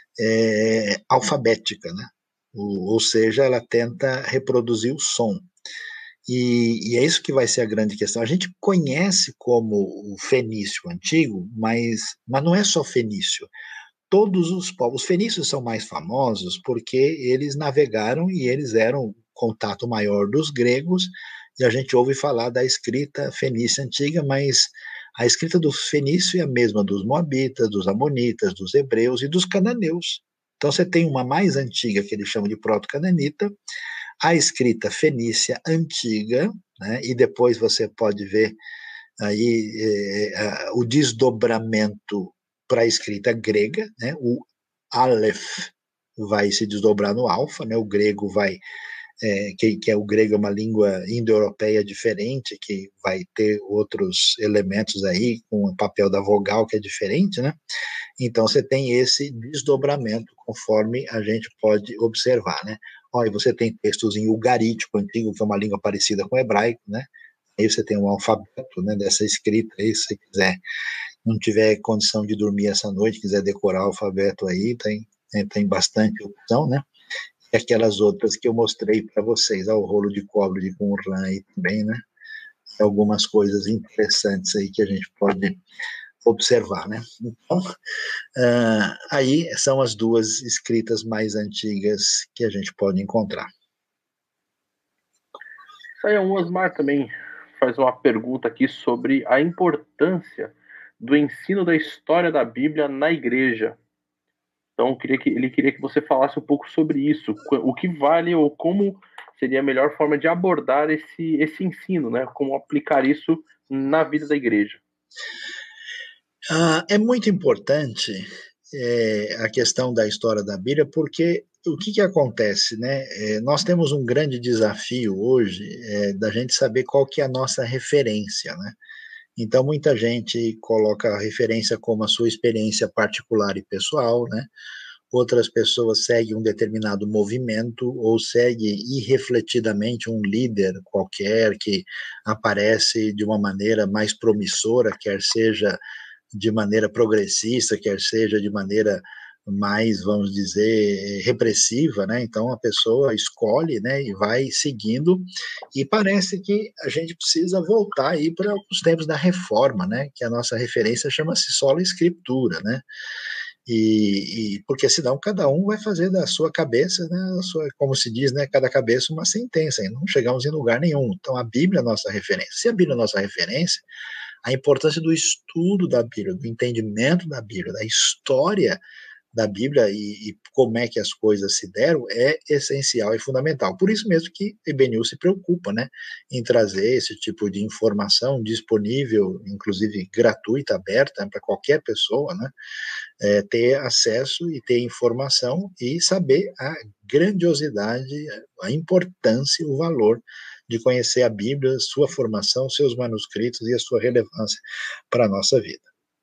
alfabética, né? Ou seja, ela tenta reproduzir o som. E é isso que vai ser a grande questão. A gente conhece como o fenício antigo, mas não é só fenício. Todos os povos, os fenícios são mais famosos porque eles navegaram e eles eram contato maior dos gregos, e a gente ouve falar da escrita fenícia antiga, mas a escrita do fenício é a mesma dos moabitas, dos amonitas, dos hebreus e dos cananeus. Então você tem uma mais antiga que eles chamam de proto-cananita, a escrita fenícia antiga, né, e depois você pode ver aí o desdobramento para a escrita grega, né, o Aleph vai se desdobrar no alfa, né, o grego vai, que é o grego é uma língua indo-europeia diferente, que vai ter outros elementos aí, com o papel da vogal que é diferente, né, então você tem esse desdobramento conforme a gente pode observar, né. Olha, você tem textos em ugarítico antigo, que é uma língua parecida com o hebraico, né, aí você tem um alfabeto, né, dessa escrita aí, se você quiser, não tiver condição de dormir essa noite, quiser decorar o alfabeto aí, tem bastante opção, né, e aquelas outras que eu mostrei para vocês, o rolo de cobre de Qumran aí também, né, algumas coisas interessantes aí que a gente pode observar, né. Então, aí são as duas escritas mais antigas que a gente pode encontrar. Sayão Osmar também faz uma pergunta aqui sobre a importância do ensino da história da Bíblia na igreja. Então, ele queria que você falasse um pouco sobre isso, o que vale ou como seria a melhor forma de abordar esse ensino, né? Como aplicar isso na vida da igreja. É muito importante a questão da história da Bíblia, porque o que acontece, né? Nós temos um grande desafio hoje da gente saber qual que é a nossa referência, né? Então, muita gente coloca a referência como a sua experiência particular e pessoal, né? Outras pessoas seguem um determinado movimento ou seguem irrefletidamente um líder qualquer que aparece de uma maneira mais promissora, quer seja de maneira progressista, quer seja de maneira mais, vamos dizer, repressiva, né? Então a pessoa escolhe, né, e vai seguindo, e parece que a gente precisa voltar aí para os tempos da reforma, né? Que a nossa referência chama-se sola escritura, né? Porque senão cada um vai fazer da sua cabeça, né, como se diz, né, cada cabeça uma sentença, e não chegamos em lugar nenhum. Então a Bíblia é a nossa referência. Se a Bíblia é a nossa referência, a importância do estudo da Bíblia, do entendimento da Bíblia, da história da Bíblia e como é que as coisas se deram é essencial e fundamental. Por isso mesmo que a IBNU se preocupa, né, em trazer esse tipo de informação disponível, inclusive gratuita, aberta para qualquer pessoa, né, ter acesso e ter informação e saber a grandiosidade, a importância e o valor de conhecer a Bíblia, sua formação, seus manuscritos e a sua relevância para a nossa vida.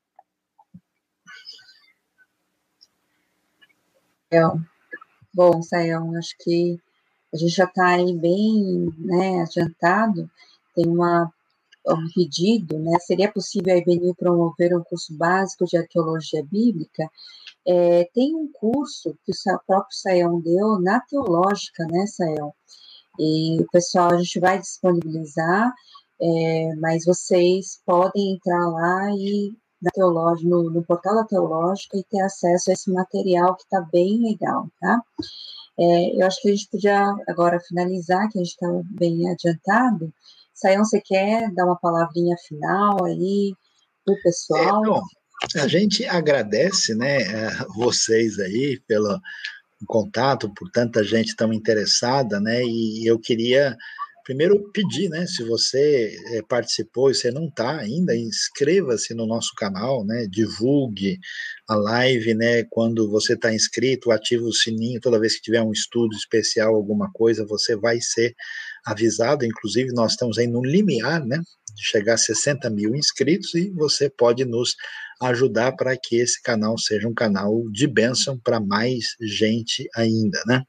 Bom, Sayão, acho que a gente já está aí bem, né, adiantado. Tem um pedido, né? Seria possível a IBNU promover um curso básico de arqueologia bíblica? Tem um curso que o próprio Sayão deu na Teológica, né, Sayão? E o pessoal, a gente vai disponibilizar, mas vocês podem entrar lá e no portal da Teológica e ter acesso a esse material que está bem legal, tá? Eu acho que a gente podia agora finalizar, que a gente está bem adiantado. Sayão, você quer dar uma palavrinha final aí para o pessoal? Bom, a gente agradece, né, vocês aí pelo contato, por tanta gente tão interessada, né, e eu queria primeiro pedir, né, se você participou e você não está ainda, inscreva-se no nosso canal, né, divulgue a live, né, quando você está inscrito, ative o sininho, toda vez que tiver um estudo especial, alguma coisa, você vai ser avisado, inclusive nós estamos aí no limiar, né, de chegar a 60 mil inscritos e você pode nos ajudar para que esse canal seja um canal de bênção para mais gente ainda, né?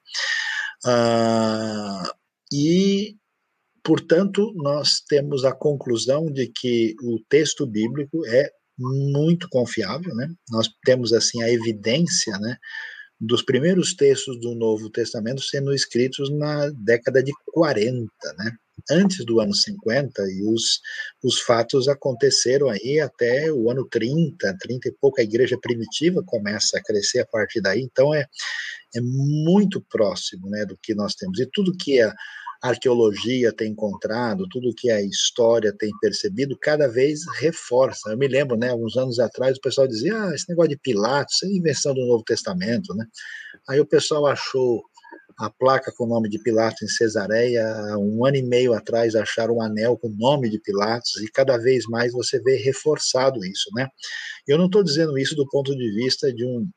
E portanto, nós temos a conclusão de que o texto bíblico é muito confiável, né? Nós temos assim a evidência, né, dos primeiros textos do Novo Testamento sendo escritos na década de 40, né? Antes do ano 50, e os fatos aconteceram aí até o ano 30, 30 e pouco, a igreja primitiva começa a crescer a partir daí, então é muito próximo, né, do que nós temos. E tudo que a arqueologia tem encontrado, tudo que a história tem percebido, cada vez reforça. Eu me lembro, né, alguns anos atrás, o pessoal dizia, esse negócio de Pilatos, é invenção do Novo Testamento, né? Aí o pessoal achou a placa com o nome de Pilatos em Cesareia, um ano e meio atrás acharam um anel com o nome de Pilatos, e cada vez mais você vê reforçado isso, né? Eu não estou dizendo isso do ponto de vista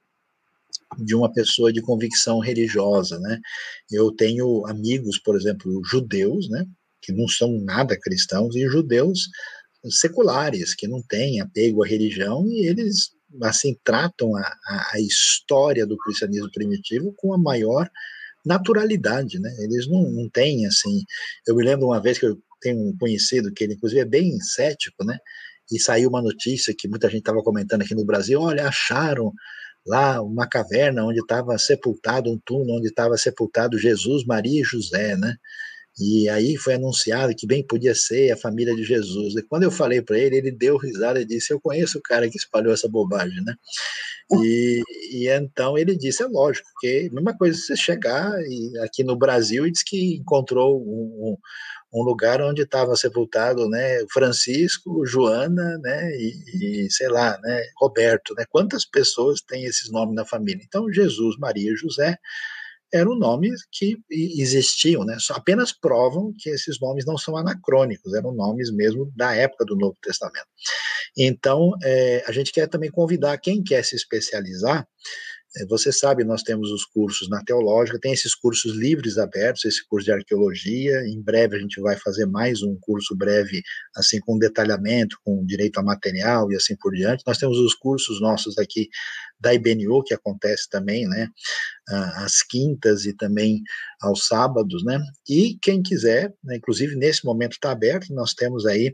de uma pessoa de convicção religiosa, né? Eu tenho amigos, por exemplo, judeus, né, que não são nada cristãos, e judeus seculares, que não têm apego à religião, e eles, assim, tratam a história do cristianismo primitivo com a maior naturalidade, né? Eles não têm, assim... Eu me lembro uma vez que eu tenho um conhecido que ele, inclusive, é bem cético, né? E saiu uma notícia que muita gente estava comentando aqui no Brasil, olha, acharam lá uma caverna onde estava sepultado, um túmulo onde estava sepultado Jesus, Maria e José, né? E aí foi anunciado que bem podia ser a família de Jesus. E quando eu falei para ele, ele deu risada e disse: eu conheço o cara que espalhou essa bobagem, né? E então ele disse: é lógico, porque a mesma coisa você chegar aqui no Brasil e diz que encontrou um lugar onde estava sepultado, né, Francisco, Joana, né, e sei lá, né, Roberto, né? Quantas pessoas têm esses nomes na família? Então Jesus, Maria e José eram nomes que existiam, né? Só apenas provam que esses nomes não são anacrônicos, eram nomes mesmo da época do Novo Testamento. Então, a gente quer também convidar quem quer se especializar. Você sabe, nós temos os cursos na Teológica, tem esses cursos livres abertos, esse curso de arqueologia. Em breve a gente vai fazer mais um curso breve, assim, com detalhamento, com direito a material e assim por diante. Nós temos os cursos nossos aqui da IBNU, que acontece também, né, às quintas e também aos sábados, né? E quem quiser, né, inclusive nesse momento está aberto, nós temos aí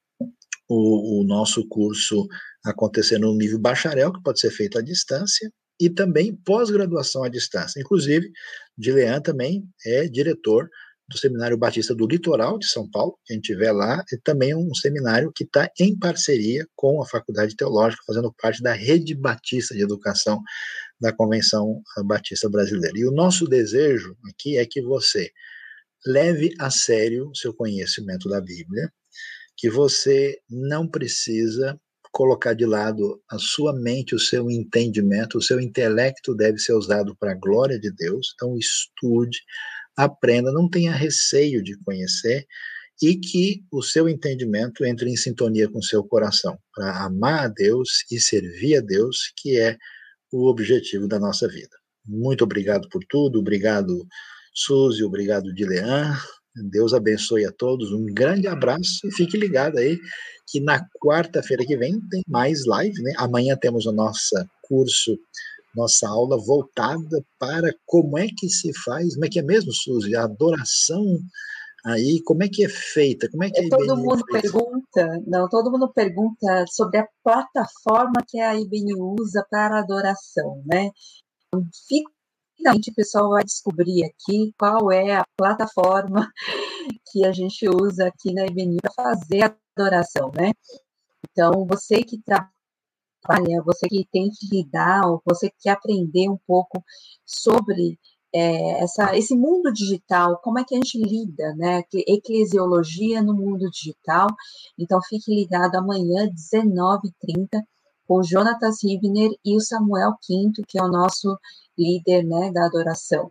o nosso curso acontecendo no nível bacharel, que pode ser feito à distância, e também pós-graduação à distância. Inclusive, Dilean também é diretor do Seminário Batista do Litoral de São Paulo, quem estiver lá, e também é um seminário que está em parceria com a Faculdade Teológica, fazendo parte da Rede Batista de Educação da Convenção Batista Brasileira. E o nosso desejo aqui é que você leve a sério o seu conhecimento da Bíblia, que você não precisa colocar de lado a sua mente, o seu entendimento, o seu intelecto deve ser usado para a glória de Deus. Então, estude, aprenda, não tenha receio de conhecer e que o seu entendimento entre em sintonia com o seu coração, para amar a Deus e servir a Deus, que é o objetivo da nossa vida. Muito obrigado por tudo, obrigado, Suzy, obrigado, Dilean. Deus abençoe a todos, um grande abraço e fique ligado aí que na quarta-feira que vem tem mais live, né? Amanhã temos o nosso curso, nossa aula voltada para como é que se faz, como é que é mesmo, Suzy, a adoração aí, como é que é feita, como é que a Todo IBNU mundo fez? todo mundo pergunta sobre a plataforma que a IBNU usa para adoração, né? Finalmente o pessoal vai descobrir aqui qual é a plataforma que a gente usa aqui na IBNU para fazer a adoração, né? Então, você que trabalha, você que tem que lidar, ou você que quer aprender um pouco sobre esse mundo digital, como é que a gente lida, né? Eclesiologia no mundo digital. Então, fique ligado amanhã, 19h30, com o Jonatas Ribner e o Samuel Quinto, que é o nosso líder, né, da adoração.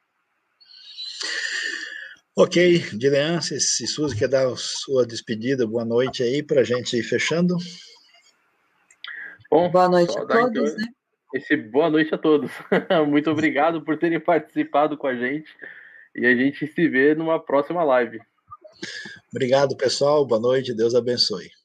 Ok, Dilean, se Suzy quer dar a sua despedida, boa noite aí para a gente ir fechando. Bom, boa noite a todos, então, né? Boa noite a todos. Muito obrigado por terem participado com a gente e a gente se vê numa próxima live. Obrigado, pessoal. Boa noite. Deus abençoe.